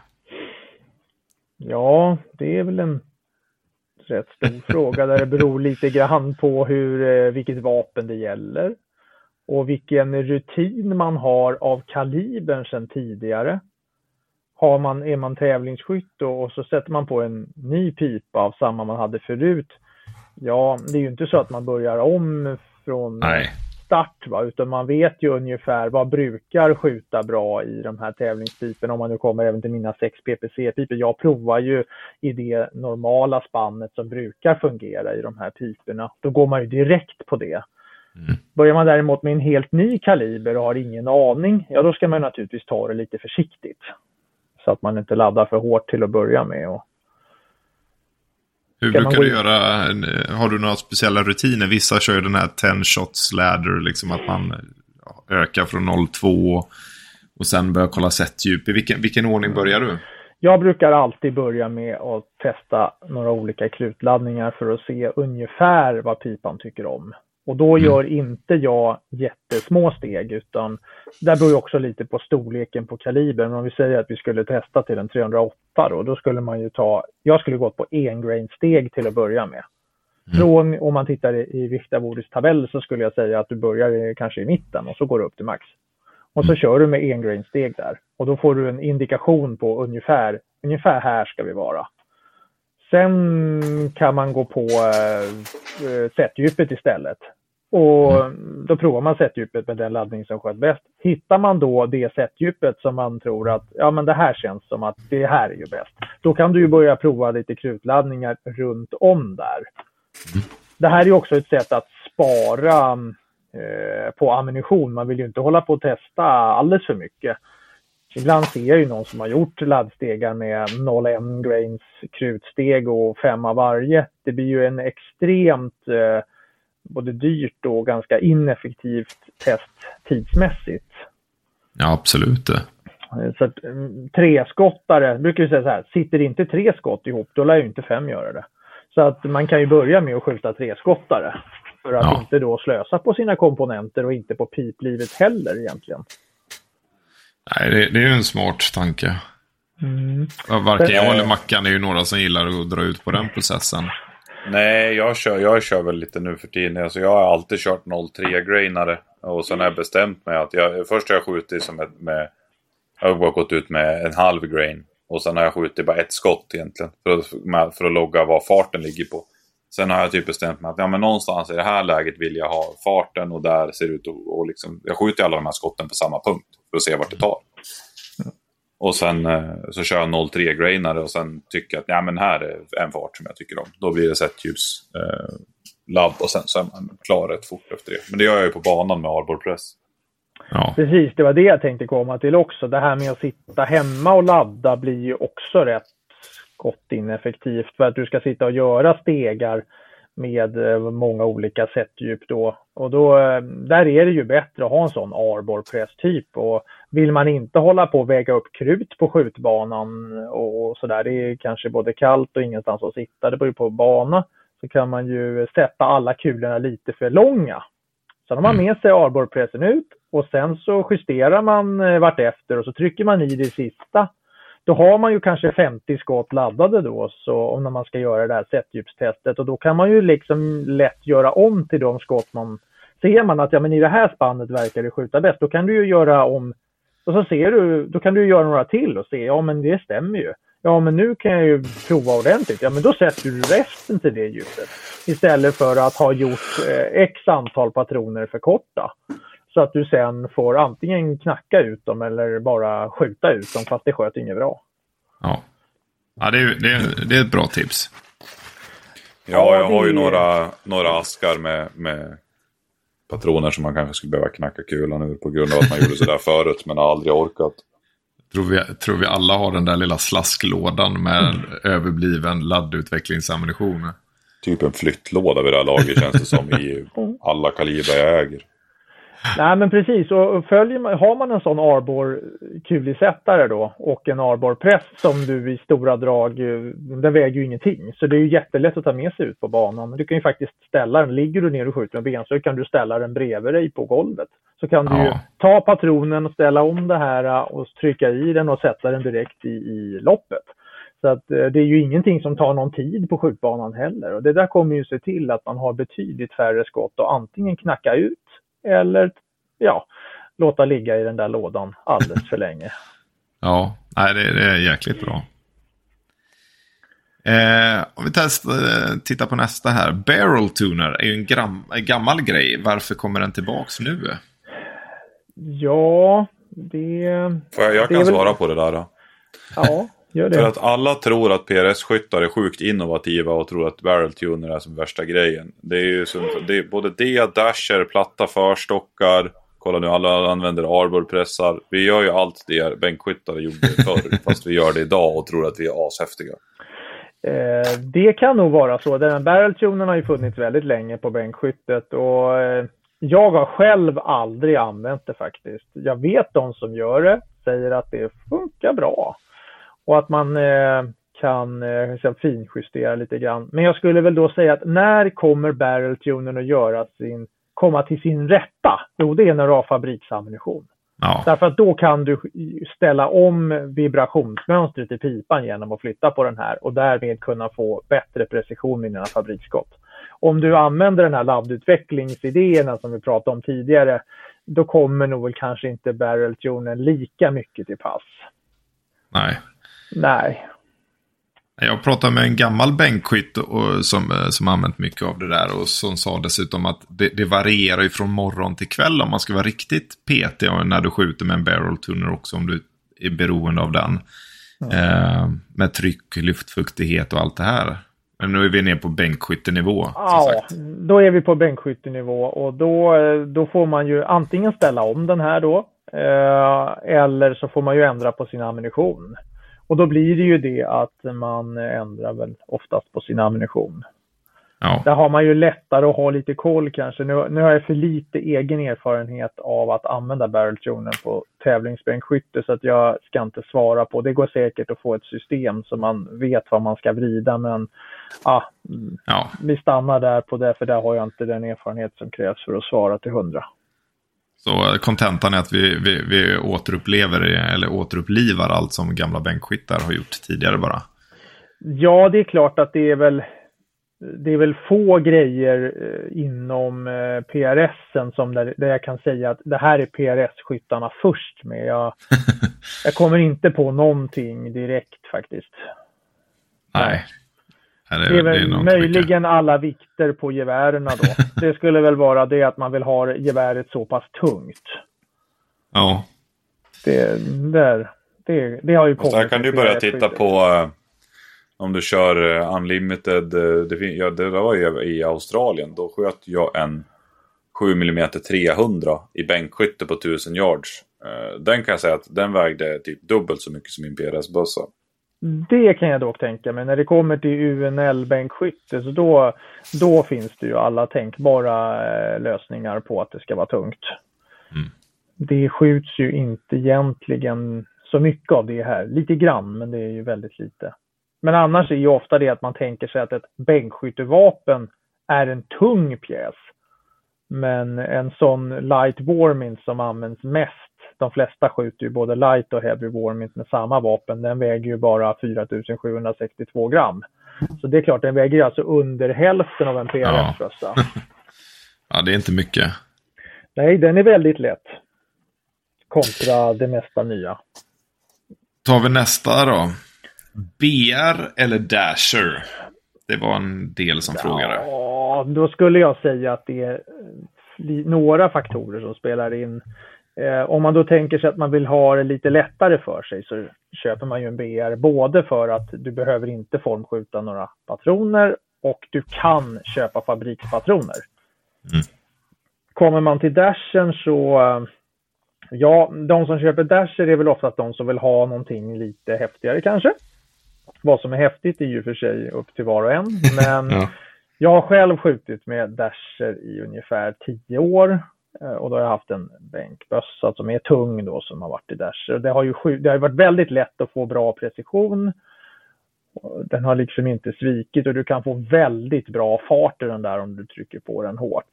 Ja, det är väl en rätt stor fråga, där det beror lite grann på vilket vapen det gäller och vilken rutin man har av kalibern sedan tidigare. Är man tävlingsskytt och så sätter man på en ny pipa av samma man hade förut. Ja, det är ju inte så att man börjar om från start, utan man vet ju ungefär vad brukar skjuta bra i de här tävlingspipen, om man nu kommer även till mina 6 PPC-piper. Jag provar ju i det normala spannet som brukar fungera i de här piperna. Då går man ju direkt på det. Börjar man däremot med en helt ny kaliber och har ingen aning, då ska man naturligtvis ta det lite försiktigt, så att man inte laddar för hårt till att börja med. Hur brukar du göra? Har du några speciella rutiner? Vissa kör ju den här 10 shots ladder, liksom att man ökar från 0,2 och sen börjar kolla setdjup. I vilken ordning börjar du? Jag brukar alltid börja med att testa några olika klutladdningar för att se ungefär vad pipan tycker om. Och då gör inte jag jättesmå steg, utan där beror ju också lite på storleken på kalibern. Men om vi säger att vi skulle testa till en 308 då skulle man ju jag skulle gått på 1-grain-steg till att börja med. Från, om man tittar i Viktabordets tabell, så skulle jag säga att du börjar kanske i mitten och så går du upp till max. Och så kör du med 1-grain-steg där. Och då får du en indikation på ungefär här ska vi vara. Sen kan man gå på sättdjupet istället. Och då provar man sättdjupet med den laddning som sköt bäst. Hittar man då det sättdjupet som man tror att ja, men det här känns som att det här är ju bäst. Då kan du ju börja prova lite krutladdningar runt om där. Det här är ju också ett sätt att spara på ammunition. Man vill ju inte hålla på att testa alldeles för mycket. Ibland ser jag ju någon som har gjort laddstegar med 0,1 grains krutsteg och 5 av varje. Det blir ju en extremt både dyrt och ganska ineffektivt test tidsmässigt. Ja, absolut det. Så att treskottare, brukar ju säga så här, sitter inte 3 skott ihop, då lär ju inte 5 göra det. Så att man kan ju börja med att skjuta 3-skottare för att inte då slösa på sina komponenter och inte på piplivet heller egentligen. Nej, det är ju en smart tanke. Varken jag eller Mackan är ju några som gillar att dra ut på den processen. Nej, jag kör väl lite nu för tiden. Alltså jag har alltid kört 0,3-grainare. Och sen har jag bestämt mig att först har jag skjutit jag har bara gått ut med en halv grain. Och sen har jag skjutit bara ett skott egentligen. För att logga vad farten ligger på. Sen har jag typ bestämt mig att men någonstans i det här läget vill jag ha farten. Och där ser det ut och liksom, jag skjuter alla de här skotten på samma punkt. För att se vart det tar. Och sen så kör jag 0,3-grainare. Och sen tycker jag att men här är en fart som jag tycker om. Då blir det sättljus ladd. Och sen så är man klar rätt fort efter det. Men det gör jag ju på banan med Arbor Press. Ja. Precis, det var det jag tänkte komma till också. Det här med att sitta hemma och ladda blir ju också rätt gott ineffektivt. För att du ska sitta och göra stegar med många olika sättdjup då. Och då, där är det ju bättre att ha en sån Arbor Press typ. Och vill man inte hålla på att väga upp krut på skjutbanan och sådär, det är kanske både kallt och ingenstans att sitta, det beror på bana, så kan man ju sätta alla kulorna lite för långa. Så har man med sig Arbor-pressen ut och sen så justerar man vart efter och så trycker man i det sista. Då har man ju kanske 50 skott laddade då, så när man ska göra det här sättdjupstestet, och då kan man ju liksom lätt göra om till de skott man ser man att men i det här spannet verkar det skjuta bäst. Då kan du ju göra om, och så ser du, då kan du göra några till och se, men det stämmer ju. Ja, men nu kan jag ju prova ordentligt. Ja, men då sätter du resten till det djupet. Istället för att ha gjort x antal patroner för korta. Så att du sen får antingen knacka ut dem eller bara skjuta ut dem, fast det sköt inget bra. Ja, det är ett bra tips. Ja, jag har ju några askar med patroner som man kanske skulle behöva knacka kulan ur på grund av att man gjorde sådär förut, men har aldrig orkat. Tror vi alla har den där lilla slasklådan med överbliven laddutvecklingsammunition. Typ en flyttlåda vid det här laget känns det som i alla kalibrar jag äger. Nej, men precis. Och har man en sån Arbor-kulisättare då och en Arbor-press som du i stora drag, den väger ju ingenting. Så det är ju jättelätt att ta med sig ut på banan. Du kan ju faktiskt ställa den, ligger du ner och skjuter med ben så kan du ställa den bredvid dig på golvet. Så kan du ju ta patronen och ställa om det här och trycka i den och sätta den direkt i loppet. Så att det är ju ingenting som tar någon tid på skjutbanan heller. Och det där kommer ju se till att man har betydligt färre skott och antingen knacka ut eller låta ligga i den där lådan alldeles för länge. Ja, nej, det är jäkligt bra. Om vi tittar på nästa här. Barrel tuner är ju en gammal grej. Varför kommer den tillbaks nu? Ja, det... Jag kan svara på det där då. Ja, gör det. För att alla tror att PRS-skyttar är sjukt innovativa och tror att barrel tuner är som värsta grejen. Det är ju det är både dasher, platta förstockar. Kolla nu, alla använder Arbor-pressar. Vi gör ju allt det bänkskyttare gjorde förr, fast vi gör det idag och tror att vi är ashäftiga. Det kan nog vara så. Den här barrel-tunen har ju funnits väldigt länge på bänkskyttet och jag har själv aldrig använt det faktiskt. Jag vet de som gör det säger att det funkar bra och att man kan finjustera lite grann. Men jag skulle väl då säga att när kommer barrel-tunen att göra sin komma till sin rätta? Jo, det är när du har fabriksammunition. Ja. Därför att då kan du ställa om vibrationsmönstret i pipan genom att flytta på den här och därmed kunna få bättre precision med dina fabriksskott. Om du använder den här laddutvecklingsidéerna som vi pratade om tidigare, då kommer nog väl kanske inte barrel-tunen lika mycket till pass. Nej. Jag pratade med en gammal bänkskytt som använt mycket av det där och som sa dessutom att det varierar ju från morgon till kväll om man ska vara riktigt petig när du skjuter med en barrel tuner också om du är beroende av den. Med tryck, luftfuktighet och allt det här. Men nu är vi ner på bänkskyttenivå. Ja, då är vi på bänkskyttenivå och då får man ju antingen ställa om den här då eller så får man ju ändra på sin ammunition. Och då blir det ju det att man ändrar väl oftast på sin ammunition. Ja. Där har man ju lättare att ha lite koll kanske. Nu har jag för lite egen erfarenhet av att använda barrel-tunen på tävlingsbänkskytte så att jag ska inte svara på. Det går säkert att få ett system så man vet vad man ska vrida men vi stannar där på det för där har jag inte den erfarenhet som krävs för att svara till 100. Så kontentan är att vi återupplivar allt som gamla bänkskyttar har gjort tidigare bara. Ja, det är klart att det är väl få grejer inom PRSen som där jag kan säga att det här är PRS-skyttarna först med. Jag kommer inte på någonting direkt faktiskt. Nej. Det är väl möjligen alla vikter på gevärerna då. Det skulle väl vara det att man vill ha geväret så pass tungt. Ja. Det har ju kommit. Där kan du börja titta på om du kör Unlimited. Det var ju i Australien. Då sköt jag en 7 mm 300 i bänkskytte på 1000 yards. Den kan jag säga att den vägde typ dubbelt så mycket som min PRS-bössa. Det kan jag dock tänka mig. När det kommer till UNL-bänkskytte så då finns det ju alla tänkbara lösningar på att det ska vara tungt. Det skjuts ju inte egentligen så mycket av det här. Lite grann, men det är ju väldigt lite. Men annars är ju ofta det att man tänker sig att ett bänkskyttevapen är en tung pjäs. Men en sån light warmint som används mest, de flesta skjuter ju både light och heavy warmint med samma vapen, den väger ju bara 4762 gram. Så det är klart, den väger alltså under hälften av en PRS-bössa. Ja, det är inte mycket. Nej, den är väldigt lätt. Kontra det mesta nya. Tar vi nästa då. BR eller Dasher? Det var en del som frågade. Ja, då skulle jag säga att det är några faktorer som spelar in. Om man då tänker sig att man vill ha det lite lättare för sig så köper man ju en BR både för att du behöver inte formskjuta några patroner och du kan köpa fabrikspatroner. Kommer man till Dashern så de som köper Dasher är väl ofta de som vill ha någonting lite häftigare kanske. Vad som är häftigt är ju för sig upp till var och en. Men jag har själv skjutit med Dasher i ungefär 10 år. Och då har jag haft en bänkbössa som är tung då som har varit i Dasher. Det har ju varit väldigt lätt att få bra precision. Den har liksom inte svikit och du kan få väldigt bra fart i den där om du trycker på den hårt.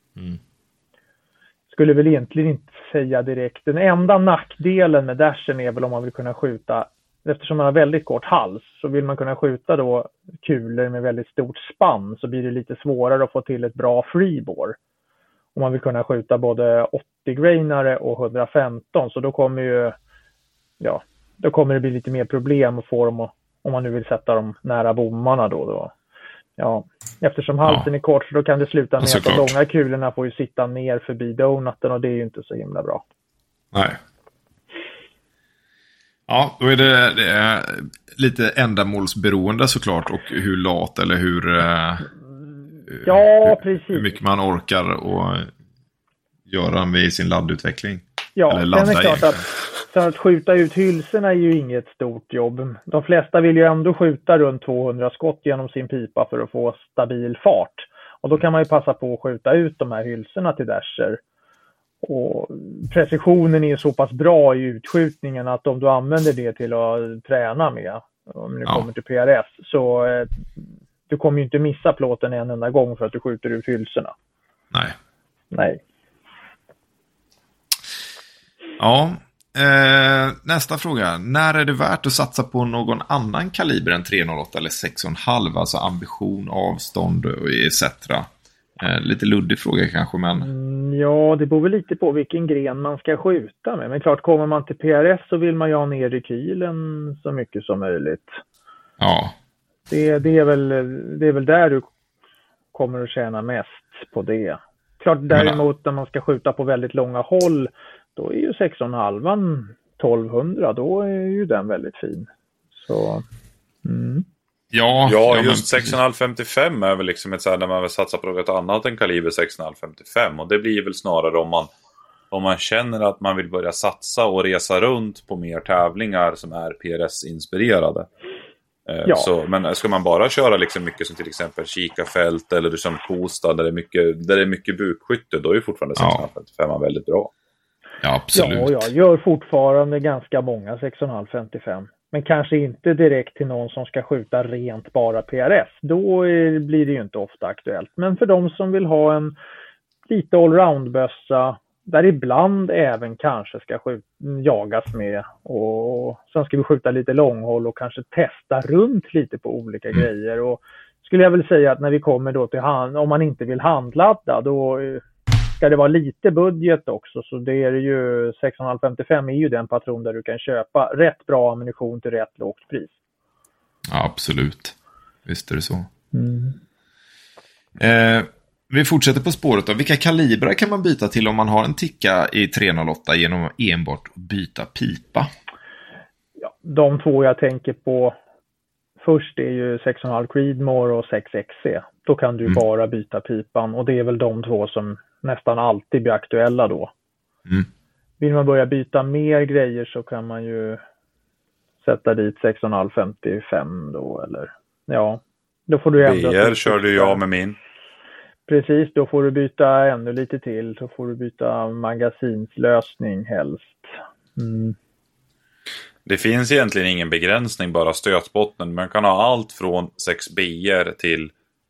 Skulle väl egentligen inte säga direkt. Den enda nackdelen med Dashen är väl om man vill kunna skjuta, eftersom man har väldigt kort hals, så vill man kunna skjuta då kulor med väldigt stort spann så blir det lite svårare att få till ett bra freebore. Om man vill kunna skjuta både 80-grainare och 115 så då kommer det bli lite mer problem att få dem om man nu vill sätta dem nära bommarna då. Ja, eftersom halsen är kort så då kan det sluta med att de långa kulorna får ju sitta ner förbi donuten och det är ju inte så himla bra. Nej. Ja, då är det lite ändamålsberoende såklart och hur lat eller precis. Hur mycket man orkar och göra med sin laddutveckling. Ja, eller ladda det är klart att skjuta ut hylsorna är ju inget stort jobb. De flesta vill ju ändå skjuta runt 200 skott genom sin pipa för att få stabil fart. Och då kan man ju passa på att skjuta ut de här hylsorna till Dasher. Och precisionen är så pass bra i utskjutningen att om du använder det till att träna med, om du kommer till PRS, så du kommer ju inte missa plåten en enda gång för att du skjuter ut hylsorna. Nej. Nej. Ja, nästa fråga. När är det värt att satsa på någon annan kaliber än 308 eller 6,5? Alltså ambition, avstånd och etc. Lite luddig fråga kanske, men... Ja, det beror väl lite på vilken gren man ska skjuta med. Men klart, kommer man till PRS så vill man ju ha ner rekylen så mycket som möjligt. Ja. Det är väl där du kommer att tjäna mest på det. Klart, däremot när man ska skjuta på väldigt långa håll, då är ju 6,5 1200, då är ju den väldigt fin. Så, Ja, just 6,5-55 är väl liksom ett så här när man vill satsa på något annat än kaliber 6,5-55. Och det blir väl snarare om man känner att man vill börja satsa och resa runt på mer tävlingar som är PRS-inspirerade. Ja. Men ska man bara köra liksom mycket som till exempel Kikafält eller som Kosta där det är mycket bukskytte, då är ju fortfarande 6,5-55 väldigt bra. Ja, absolut. Ja, jag gör fortfarande ganska många 6,5-55. Men kanske inte direkt till någon som ska skjuta rent bara PRS. Då blir det ju inte ofta aktuellt. Men för de som vill ha en lite allround-bössa där ibland även kanske ska jagas med. Och sen ska vi skjuta lite långhåll och kanske testa runt lite på olika grejer. Och skulle jag väl säga att när vi kommer då till om man inte vill handladda, då ska det vara lite budget också. Så det är ju 6,5-55 är ju den patron där du kan köpa rätt bra ammunition till rätt lågt pris. Ja, absolut. Visst är det så. Vi fortsätter på spåret då. Vilka kalibrar kan man byta till om man har en ticka i 308 genom enbart att byta pipa? Ja, de två jag tänker på först är ju 6,5 Creedmoor och 6XC. Då kan du bara byta pipan, och det är väl de två som nästan alltid blir aktuella då. Vill man börja byta mer grejer så kan man ju sätta dit 6,5-55 då, eller ja, då får du ändra. BR körde jag med min. Precis, då får du byta ännu lite till. Så får du byta magasinslösning helst. Det finns egentligen ingen begränsning, bara stötbotten. Man kan ha allt från 6BR till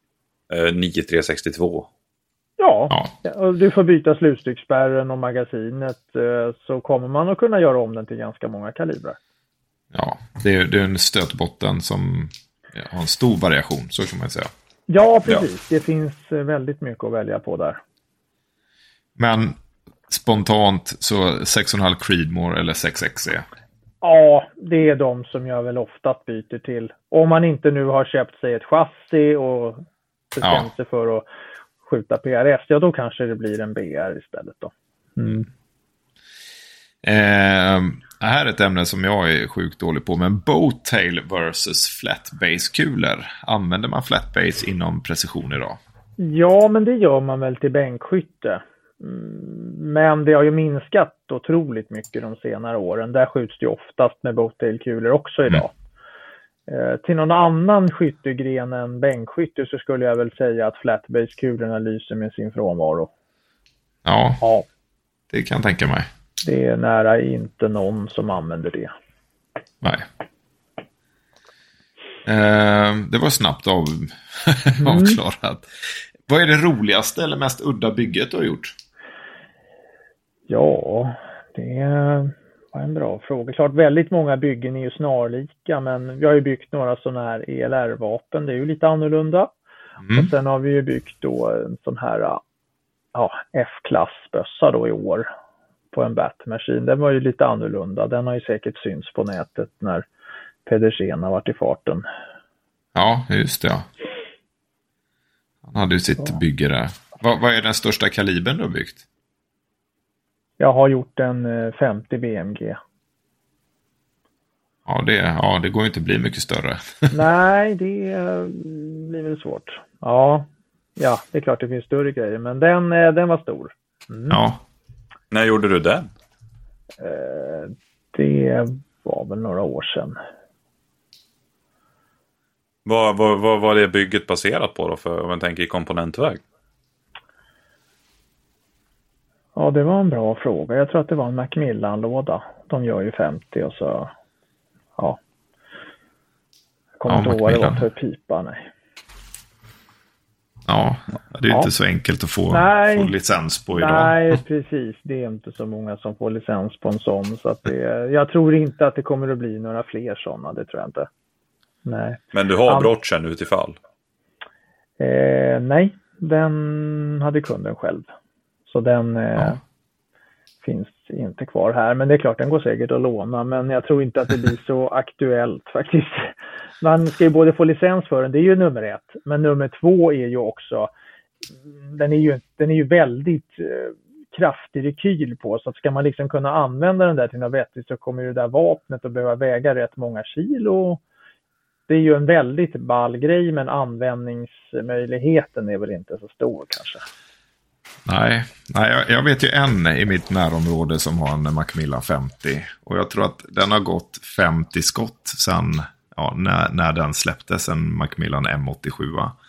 9362. Ja, och du får byta slutstycksspärren och magasinet, så kommer man att kunna göra om den till ganska många kalibrar. Ja, det är en stötbotten som har en stor variation, så kan man säga. Ja, precis. Ja. Det finns väldigt mycket att välja på där. Men spontant så 6,5 Creedmoor eller 6XC? Ja, det är de som jag väl oftast byter till. Om man inte nu har köpt sig ett chassi och bestämt sig för att skjuta PRS, ja då kanske det blir en BR istället då. Det här är ett ämne som jag är sjukt dålig på, men bowtail versus flatbase-kulor. Använder man flatbase inom precision idag? Ja, men det gör man väl till bänkskytte. Men det har ju minskat otroligt mycket de senare åren. Där skjuts det oftast med bowtail-kulor också idag. Till någon annan skyttegren än bänkskytte så skulle jag väl säga att flatbase-kulorna lyser med sin frånvaro. Ja, det kan jag tänka mig. Det är nära inte någon som använder det. Nej. Det var snabbt avklarat. Vad är det roligaste eller mest udda bygget du har gjort? Ja, det var en bra fråga. Klart, väldigt många byggen är ju snarlika, men vi har ju byggt några sådana här ELR-vapen. Det är ju lite annorlunda. Och sen har vi ju byggt då en sån här F-klassbössa då i år på en Batmaskin. Den var ju lite annorlunda. Den har ju säkert syns på nätet när Pedersen har varit i farten. Ja, just det. Ja. Han hade ju sitt bygge där. Vad är den största kalibern du har byggt? Jag har gjort en 50 BMG. Ja, det går ju inte att bli mycket större. Nej, det blir väl svårt. Ja, det är klart det finns större grejer, men den var stor. Ja. När gjorde du den? Det var väl några år sedan. Vad var det bygget baserat på då, för om man tänker i komponentväg? Ja, det var en bra fråga. Jag tror att det var en Macmillan-låda. De gör ju 50 och så... Ja. Jag kommer inte ihåg vad det var för pipa, nej. Ja, det är inte så enkelt att få licens på idag. Nej, precis. Det är inte så många som får licens på en sån. Så att jag tror inte att det kommer att bli några fler sådana, det tror jag inte. Nej. Men du har broschen utifall? Nej, den hade kunden själv. Så den finns inte kvar här. Men det är klart, den går säkert att låna. Men jag tror inte att det blir så aktuellt faktiskt. Man ska ju både få licens för den, det är ju nummer 1. Men nummer 2 är ju också, den är ju väldigt kraftig rekyl på. Så att ska man liksom kunna använda den där till något vettigt så kommer ju det där vapnet att behöva väga rätt många kilo. Det är ju en väldigt ball grej, men användningsmöjligheten är väl inte så stor kanske. Nej, jag vet ju en i mitt närområde som har en Macmillan 50. Och jag tror att den har gått 50 skott sen, när den släpptes, en Macmillan M87.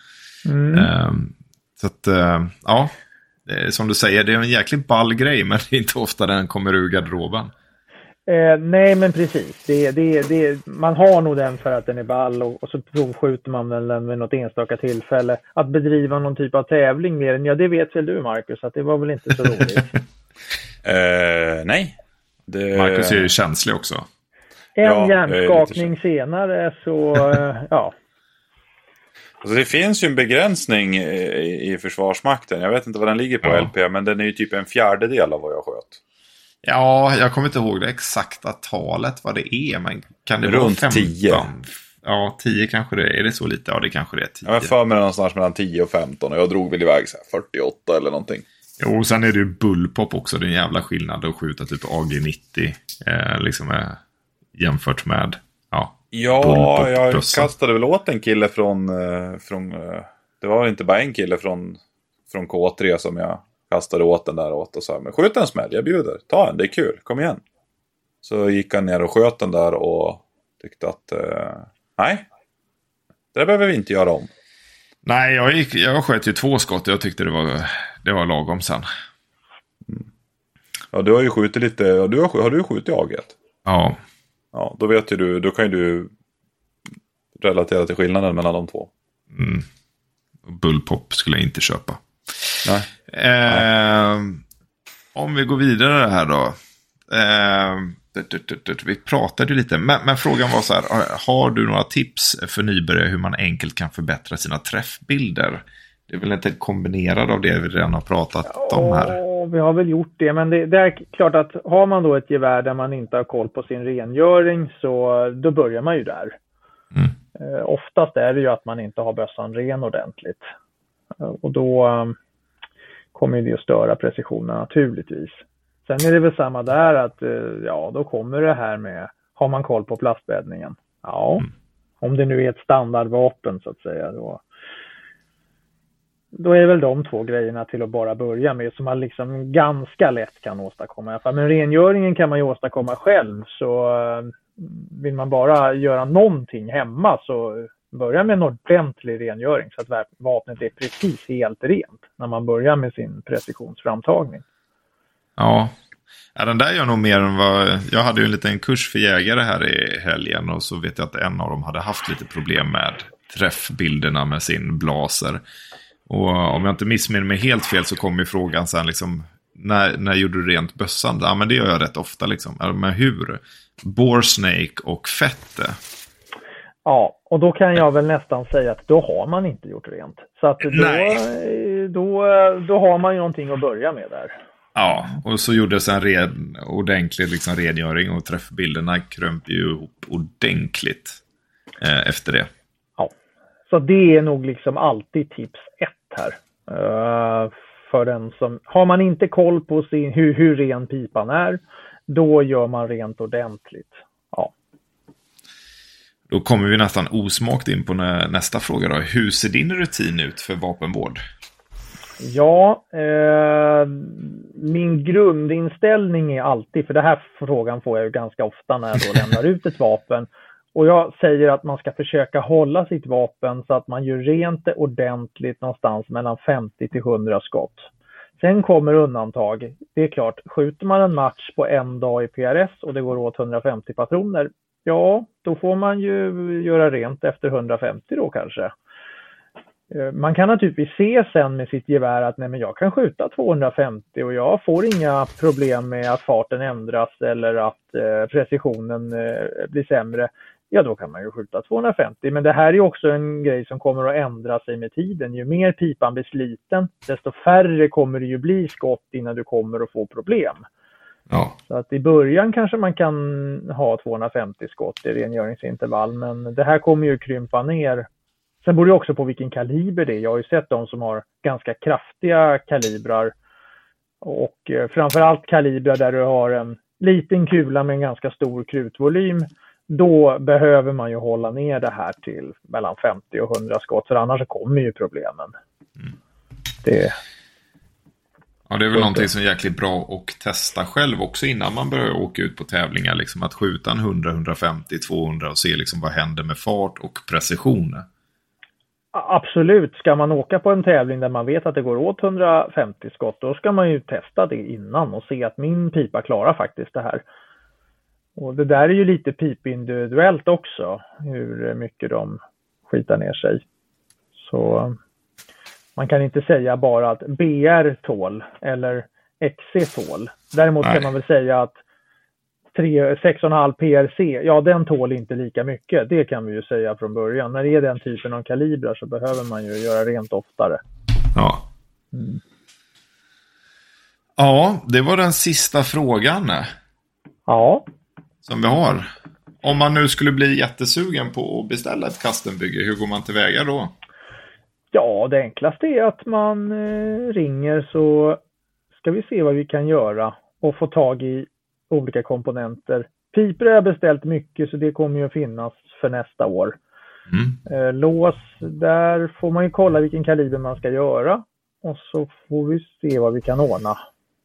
Så att, som du säger, det är en jäkligt ball grej, men det är inte ofta den kommer ur garderoben. Nej, men precis. Man har nog den för att den är ball och så provskjuter man den vid något enstaka tillfälle. Att bedriva någon typ av tävling med den, det vet väl du, Marcus, att det var väl inte så roligt? Nej. Marcus är ju känslig också. En hjärnskakning senare så, Alltså det finns ju en begränsning i Försvarsmakten. Jag vet inte vad den ligger på LP, men den är ju typ en fjärdedel av vad jag sköt. Ja, jag kommer inte ihåg det exakta talet vad det är, men kan det runt vara 10? Ja, 10 kanske det är. Är det så lite? Ja, det kanske det är 10. Jag var för mig någonstans mellan 10 och 15 och jag drog väl iväg så här 48 eller någonting. Jo, och sen är det ju bullpop också. Det är en jävla skillnad att skjuta typ AG90 jämfört med bullpop. Jag kastade väl åt en kille från det var inte bara en kille från K3 som jag kastade åt den där åt och sa, men skjut en smäll, jag bjuder, ta en, det är kul, kom igen. Så gick han ner och sköt den där och tyckte att nej, det behöver vi inte göra om. Nej, jag sköt ju 2 skott och jag tyckte det var lagom sen. Ja, du har ju skjutit lite, har du skjutit i AG? Ja. Ja, då vet ju du, då kan ju du relatera till skillnaden mellan de två. Bullpop skulle jag inte köpa. Nej. Om vi går vidare här då. Vi pratade ju lite. Men frågan var så här. Har du några tips för nybörjare hur man enkelt kan förbättra sina träffbilder? Det är väl inte kombinerat av det vi redan har pratat om här. Ja, vi har väl gjort det. Men det är klart att har man då ett gevär där man inte har koll på sin rengöring, så då börjar man ju där. Oftast är det ju att man inte har bössan ren ordentligt. Och då kommer det att störa precisionen naturligtvis. Sen är det väl samma där att då kommer det här med, har man koll på plastbäddningen? Ja, om det nu är ett standardvapen så att säga, då är det väl de 2 grejerna till att bara börja med som man liksom ganska lätt kan åstadkomma. Men rengöringen kan man ju åstadkomma själv, så vill man bara göra någonting hemma så börja med en ordentlig rengöring så att vapnet är precis helt rent när man börjar med sin precisionsframtagning. Ja, den där gör nog mer än vad... Jag hade ju en liten kurs för jägare här i helgen och så vet jag att en av dem hade haft lite problem med träffbilderna med sin blaser. Och om jag inte missminner mig helt fel så kommer ju frågan sen liksom, när gjorde du rent bössan? Ja, men det gör jag rätt ofta liksom. Men hur? Boresnake och fette. Ja, och då kan jag väl nästan säga att då har man inte gjort rent. Så att då har man ju någonting att börja med där. Ja, och så gjordes en ordentlig liksom rengöring och träffbilderna krömp ju ihop ordentligt efter det. Ja, så det är nog liksom alltid tips 1 här. För den som, har man inte koll på hur ren pipan är, då gör man rent ordentligt. Ja. Då kommer vi nästan osmakt in på nästa fråga då. Hur ser din rutin ut för vapenvård? Ja, min grundinställning är alltid, för det här frågan får jag ju ganska ofta när jag då lämnar ut ett vapen. Och jag säger att man ska försöka hålla sitt vapen så att man gör rent det ordentligt någonstans mellan 50 till 100 skott. Sen kommer undantag. Det är klart, skjuter man en match på en dag i PRS och det går åt 150 patroner, ja, då får man ju göra rent efter 150 då kanske. Man kan naturligtvis se sen med sitt gevär att nej, men jag kan skjuta 250 och jag får inga problem med att farten ändras eller att precisionen blir sämre. Ja, då kan man ju skjuta 250. Men det här är ju också en grej som kommer att ändra sig med tiden. Ju mer pipan blir sliten, desto färre kommer det ju bli skott innan du kommer att få problem. Ja. Så att i början kanske man kan ha 250 skott i rengöringsintervall, men det här kommer ju krympa ner. Sen beror det också på vilken kaliber det är. Jag har ju sett de som har ganska kraftiga kalibrar och framförallt kalibrar där du har en liten kula med en ganska stor krutvolym. Då behöver man ju hålla ner det här till mellan 50 och 100 skott, för annars kommer ju problemen. Ja, det är väl någonting som är jäkligt bra att testa själv också innan man börjar åka ut på tävlingar. Liksom att skjuta en 100, 150, 200 och se liksom vad händer med fart och precision. Absolut, ska man åka på en tävling där man vet att det går åt 150 skott, då ska man ju testa det innan och se att min pipa klarar faktiskt det här. Och det där är ju lite pipindividuellt också, hur mycket de skitar ner sig. Så man kan inte säga bara att BR tål eller XC tål. Däremot kan man väl säga att 6,5 PRC, ja den tål inte lika mycket. Det kan vi ju säga från början. När det är den typen av kalibrar så behöver man ju göra rent oftare. Ja. Ja, det var den sista frågan. Ja. Som vi har. Om man nu skulle bli jättesugen på att beställa ett custombygge, hur går man tillväga då? Ja, det enklaste är att man ringer, så ska vi se vad vi kan göra och få tag i olika komponenter. Piper har jag beställt mycket, så det kommer ju att finnas för nästa år. Lås, där får man ju kolla vilken kaliber man ska göra och så får vi se vad vi kan ordna.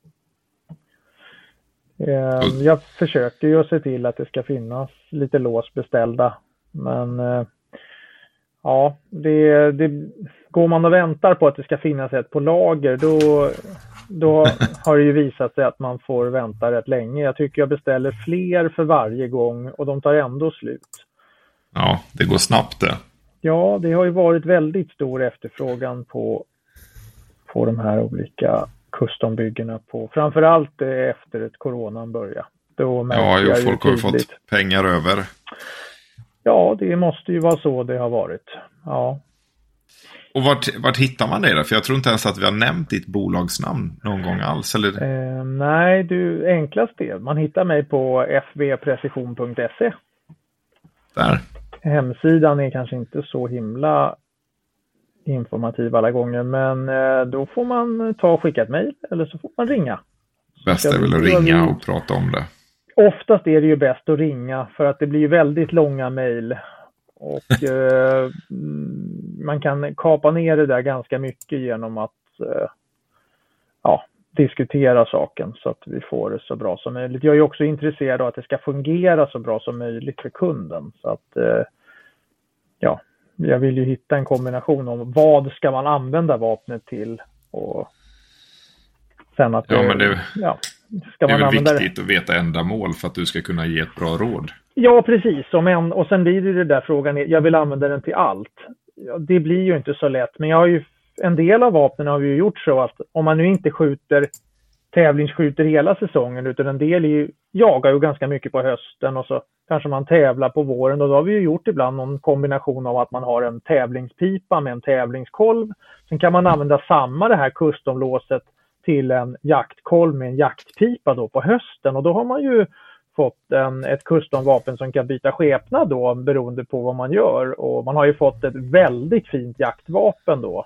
Jag försöker ju att se till att det ska finnas lite lås beställda, men ja, det går man och väntar på att det ska finnas ett på lager, då har det ju visat sig att man får vänta rätt länge. Jag tycker jag beställer fler för varje gång och de tar ändå slut. Ja, det går snabbt det. Ja, det har ju varit väldigt stor efterfrågan på de här olika custombyggena på, framförallt efter att coronan började. Ja, folk har fått pengar över. Ja, det måste ju vara så det har varit. Ja. Och vart hittar man det då? För jag tror inte ens att vi har nämnt ditt bolagsnamn någon gång alls. Eller? Nej, enklast det. Man hittar mig på fvprecision.se. Där. Hemsidan är kanske inte så himla informativ alla gånger, men då får man ta och skicka ett mejl eller så får man ringa. Bäst är väl att ringa och prata om det. Oftast är det ju bäst att ringa för att det blir väldigt långa mejl och man kan kapa ner det där ganska mycket genom att diskutera saken så att vi får det så bra som möjligt. Jag är också intresserad av att det ska fungera så bra som möjligt för kunden, så att jag vill ju hitta en kombination om vad ska man använda vapnet till och sen att ska man det är väl viktigt att veta ändamål för att du ska kunna ge ett bra råd. Ja, precis. Och sen blir det där frågan, jag vill använda den till allt. Ja, det blir ju inte så lätt, men jag har ju en del av vapnen har vi ju gjort så att om man nu inte tävlingsskjuter hela säsongen, utan en del jagar ju ganska mycket på hösten och så kanske man tävlar på våren, och då har vi ju gjort ibland någon kombination av att man har en tävlingspipa med en tävlingskolv. Sen kan man använda det här customlåset till en jaktkolv med en jaktpipa då på hösten, och då har man ju fått ett customvapen som kan byta skepnad då beroende på vad man gör, och man har ju fått ett väldigt fint jaktvapen då.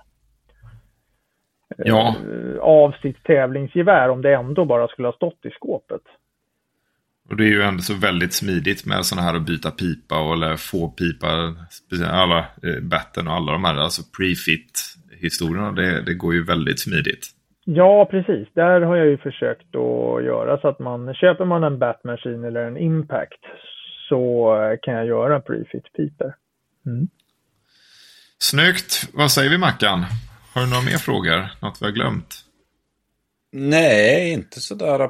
Ja. Av sitt tävlingsgevär om det ändå bara skulle ha stått i skåpet. Och det är ju ändå så väldigt smidigt med sådana här att byta pipa eller få pipa, alla batten och alla de här, alltså prefit-historierna, det går ju väldigt smidigt. Ja, precis. Där har jag ju försökt att göra så att köper man en Batmachine eller en Impact så kan jag göra prefit-piper. Snyggt. Vad säger vi, Mackan? Har du några mer frågor? Något vi har glömt? Nej, inte sådär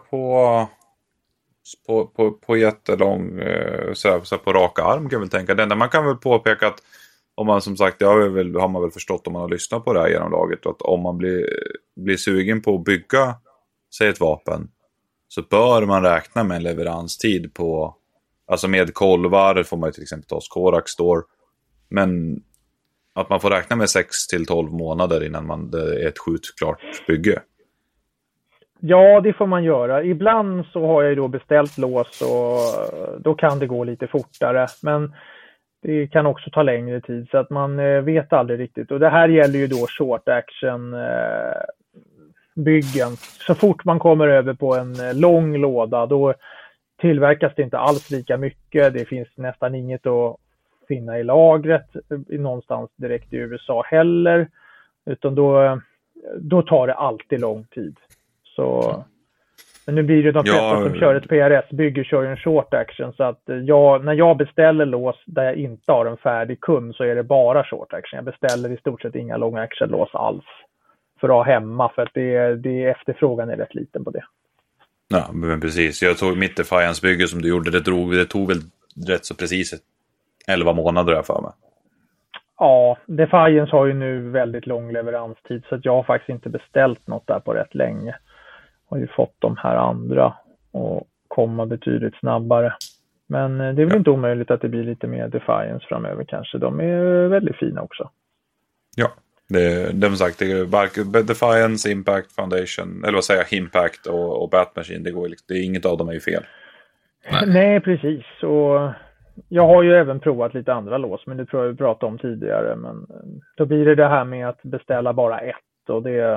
på jättelång så på raka arm kan jag väl tänka. Det enda man kan väl påpeka att om man som sagt, det har man väl förstått om man har lyssnat på det här genom laget, att om man blir sugen på att bygga sig ett vapen, så bör man räkna med en leveranstid på, alltså med kolvar får man ju till exempel ta Skorak Store, men att man får räkna med 6-12 månader innan det är ett skjutklart bygge. Ja, det får man göra. Ibland så har jag ju då beställt lås och då kan det gå lite fortare. Men det kan också ta längre tid så att man vet aldrig riktigt. Och det här gäller ju då short action byggen. Så fort man kommer över på en lång låda då tillverkas det inte alls lika mycket. Det finns nästan inget att finna i lagret någonstans direkt i USA heller. Utan då tar det alltid lång tid. Så, men nu blir det de flesta som kör ett PRS-bygge kör ju en short action. Så att när jag beställer lås där jag inte har en färdig kund så är det bara short action. Jag beställer i stort sett inga long action-lås alls för att ha hemma. För att efterfrågan är rätt liten på det. Ja, men precis. Jag tog mitt Defiance-bygge som du gjorde. Det tog väl rätt så precis 11 månader här för mig. Ja, Defiance har ju nu väldigt lång leveranstid så att jag har faktiskt inte beställt något där på rätt länge. Jag har ju fått de här andra och komma betydligt snabbare. Men det är väl inte omöjligt att det blir lite mer Defiance framöver kanske. De är väldigt fina också. Ja, det är sagt, det är Defiance, Impact, Foundation, eller vad säger jag, Impact och Batmachine. Det är inget av dem är ju fel. Nej, precis. Och jag har ju även provat lite andra lås, men det tror jag vi pratade om tidigare. Men då blir det här med att beställa bara ett och det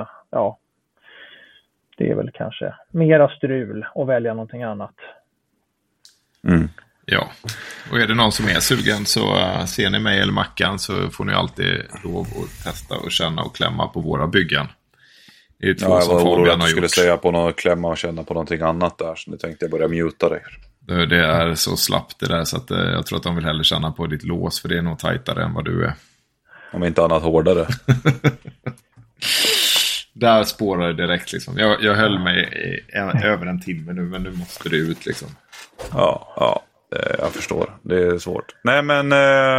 är väl kanske mera strul och välja någonting annat. Mm. Ja, och är det någon som är sugen så ser ni mig eller Mackan så får ni alltid lov att testa och känna och klämma på våra byggen. Det är två som Fabian har gjort. Skulle säga på något klämma och känna på någonting annat där, så nu tänkte jag börja muta dig. Det är så slappt det där så att jag tror att de vill hellre känna på ditt lås för det är nog tajtare än vad du är. Om inte annat hårdare. Där spårar det direkt liksom. Jag höll mig över en timme nu, men nu måste det ut liksom. Ja, jag förstår. Det är svårt. Nej, men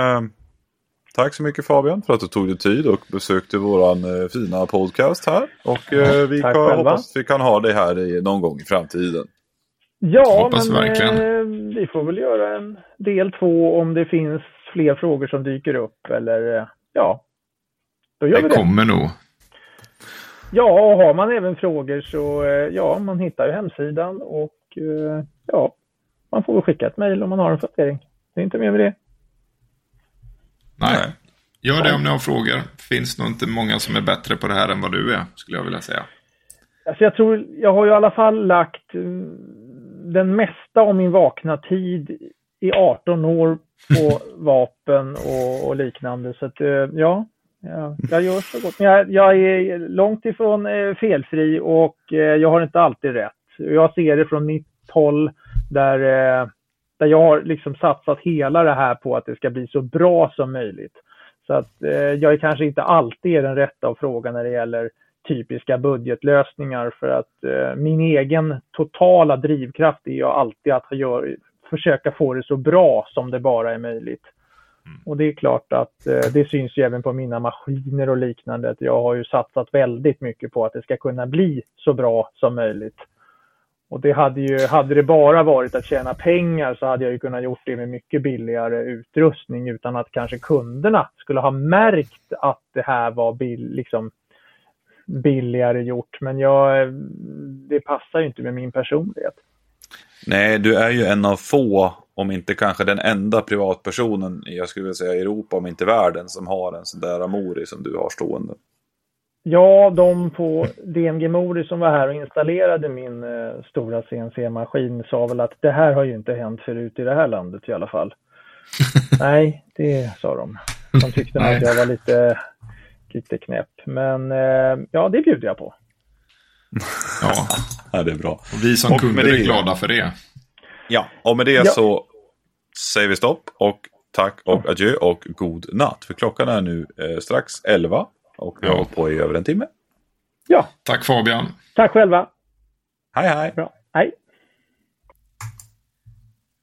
tack så mycket Fabian för att du tog dig tid och besökte våran fina podcast här. Och vi hoppas att vi kan ha dig här någon gång i framtiden. Ja, men vi får väl göra en del 2 om det finns fler frågor som dyker upp. Eller då gör vi det. Det kommer nog. Ja, och har man även frågor så man hittar ju hemsidan och man får väl skicka ett mejl om man har en fundering. Det är inte mer med det. Nej. Gör det om ni har frågor. Finns nog inte många som är bättre på det här än vad du är, skulle jag vilja säga. Alltså jag har ju i alla fall lagt den mesta av min vakna tid i 18 år på vapen och liknande. Så att jag gör så gott. Men jag är långt ifrån felfri och jag har inte alltid rätt. Jag ser det från mitt håll där jag har liksom satsat hela det här på att det ska bli så bra som möjligt. Så att jag är kanske inte alltid den rätta av frågan när det gäller typiska budgetlösningar, för att min egen totala drivkraft är ju alltid att försöka få det så bra som det bara är möjligt. Och det är klart att det syns ju även på mina maskiner och liknande att jag har ju satsat väldigt mycket på att det ska kunna bli så bra som möjligt. Och det hade det bara varit att tjäna pengar så hade jag ju kunnat gjort det med mycket billigare utrustning utan att kanske kunderna skulle ha märkt att det här var billigare gjort. Men det passar ju inte med min personlighet. Nej, du är ju en av få, om inte kanske den enda privatpersonen, jag skulle vilja säga Europa, om inte världen, som har en sån där Amori som du har stående. Ja, de på DMG Mori som var här och installerade min stora CNC-maskin sa väl att det här har ju inte hänt förut i det här landet i alla fall. Nej, det sa de. De tyckte att jag var lite knäpp. Men det bjuder jag på. Ja, det är bra. Och vi som kunder är glada för det. Ja, och med det så säger vi stopp och tack och adjö och god natt. För klockan är nu strax 11 och vi har hållit på i över en timme. Ja. Tack Fabian. Tack själva. Hej. Bra. Hej.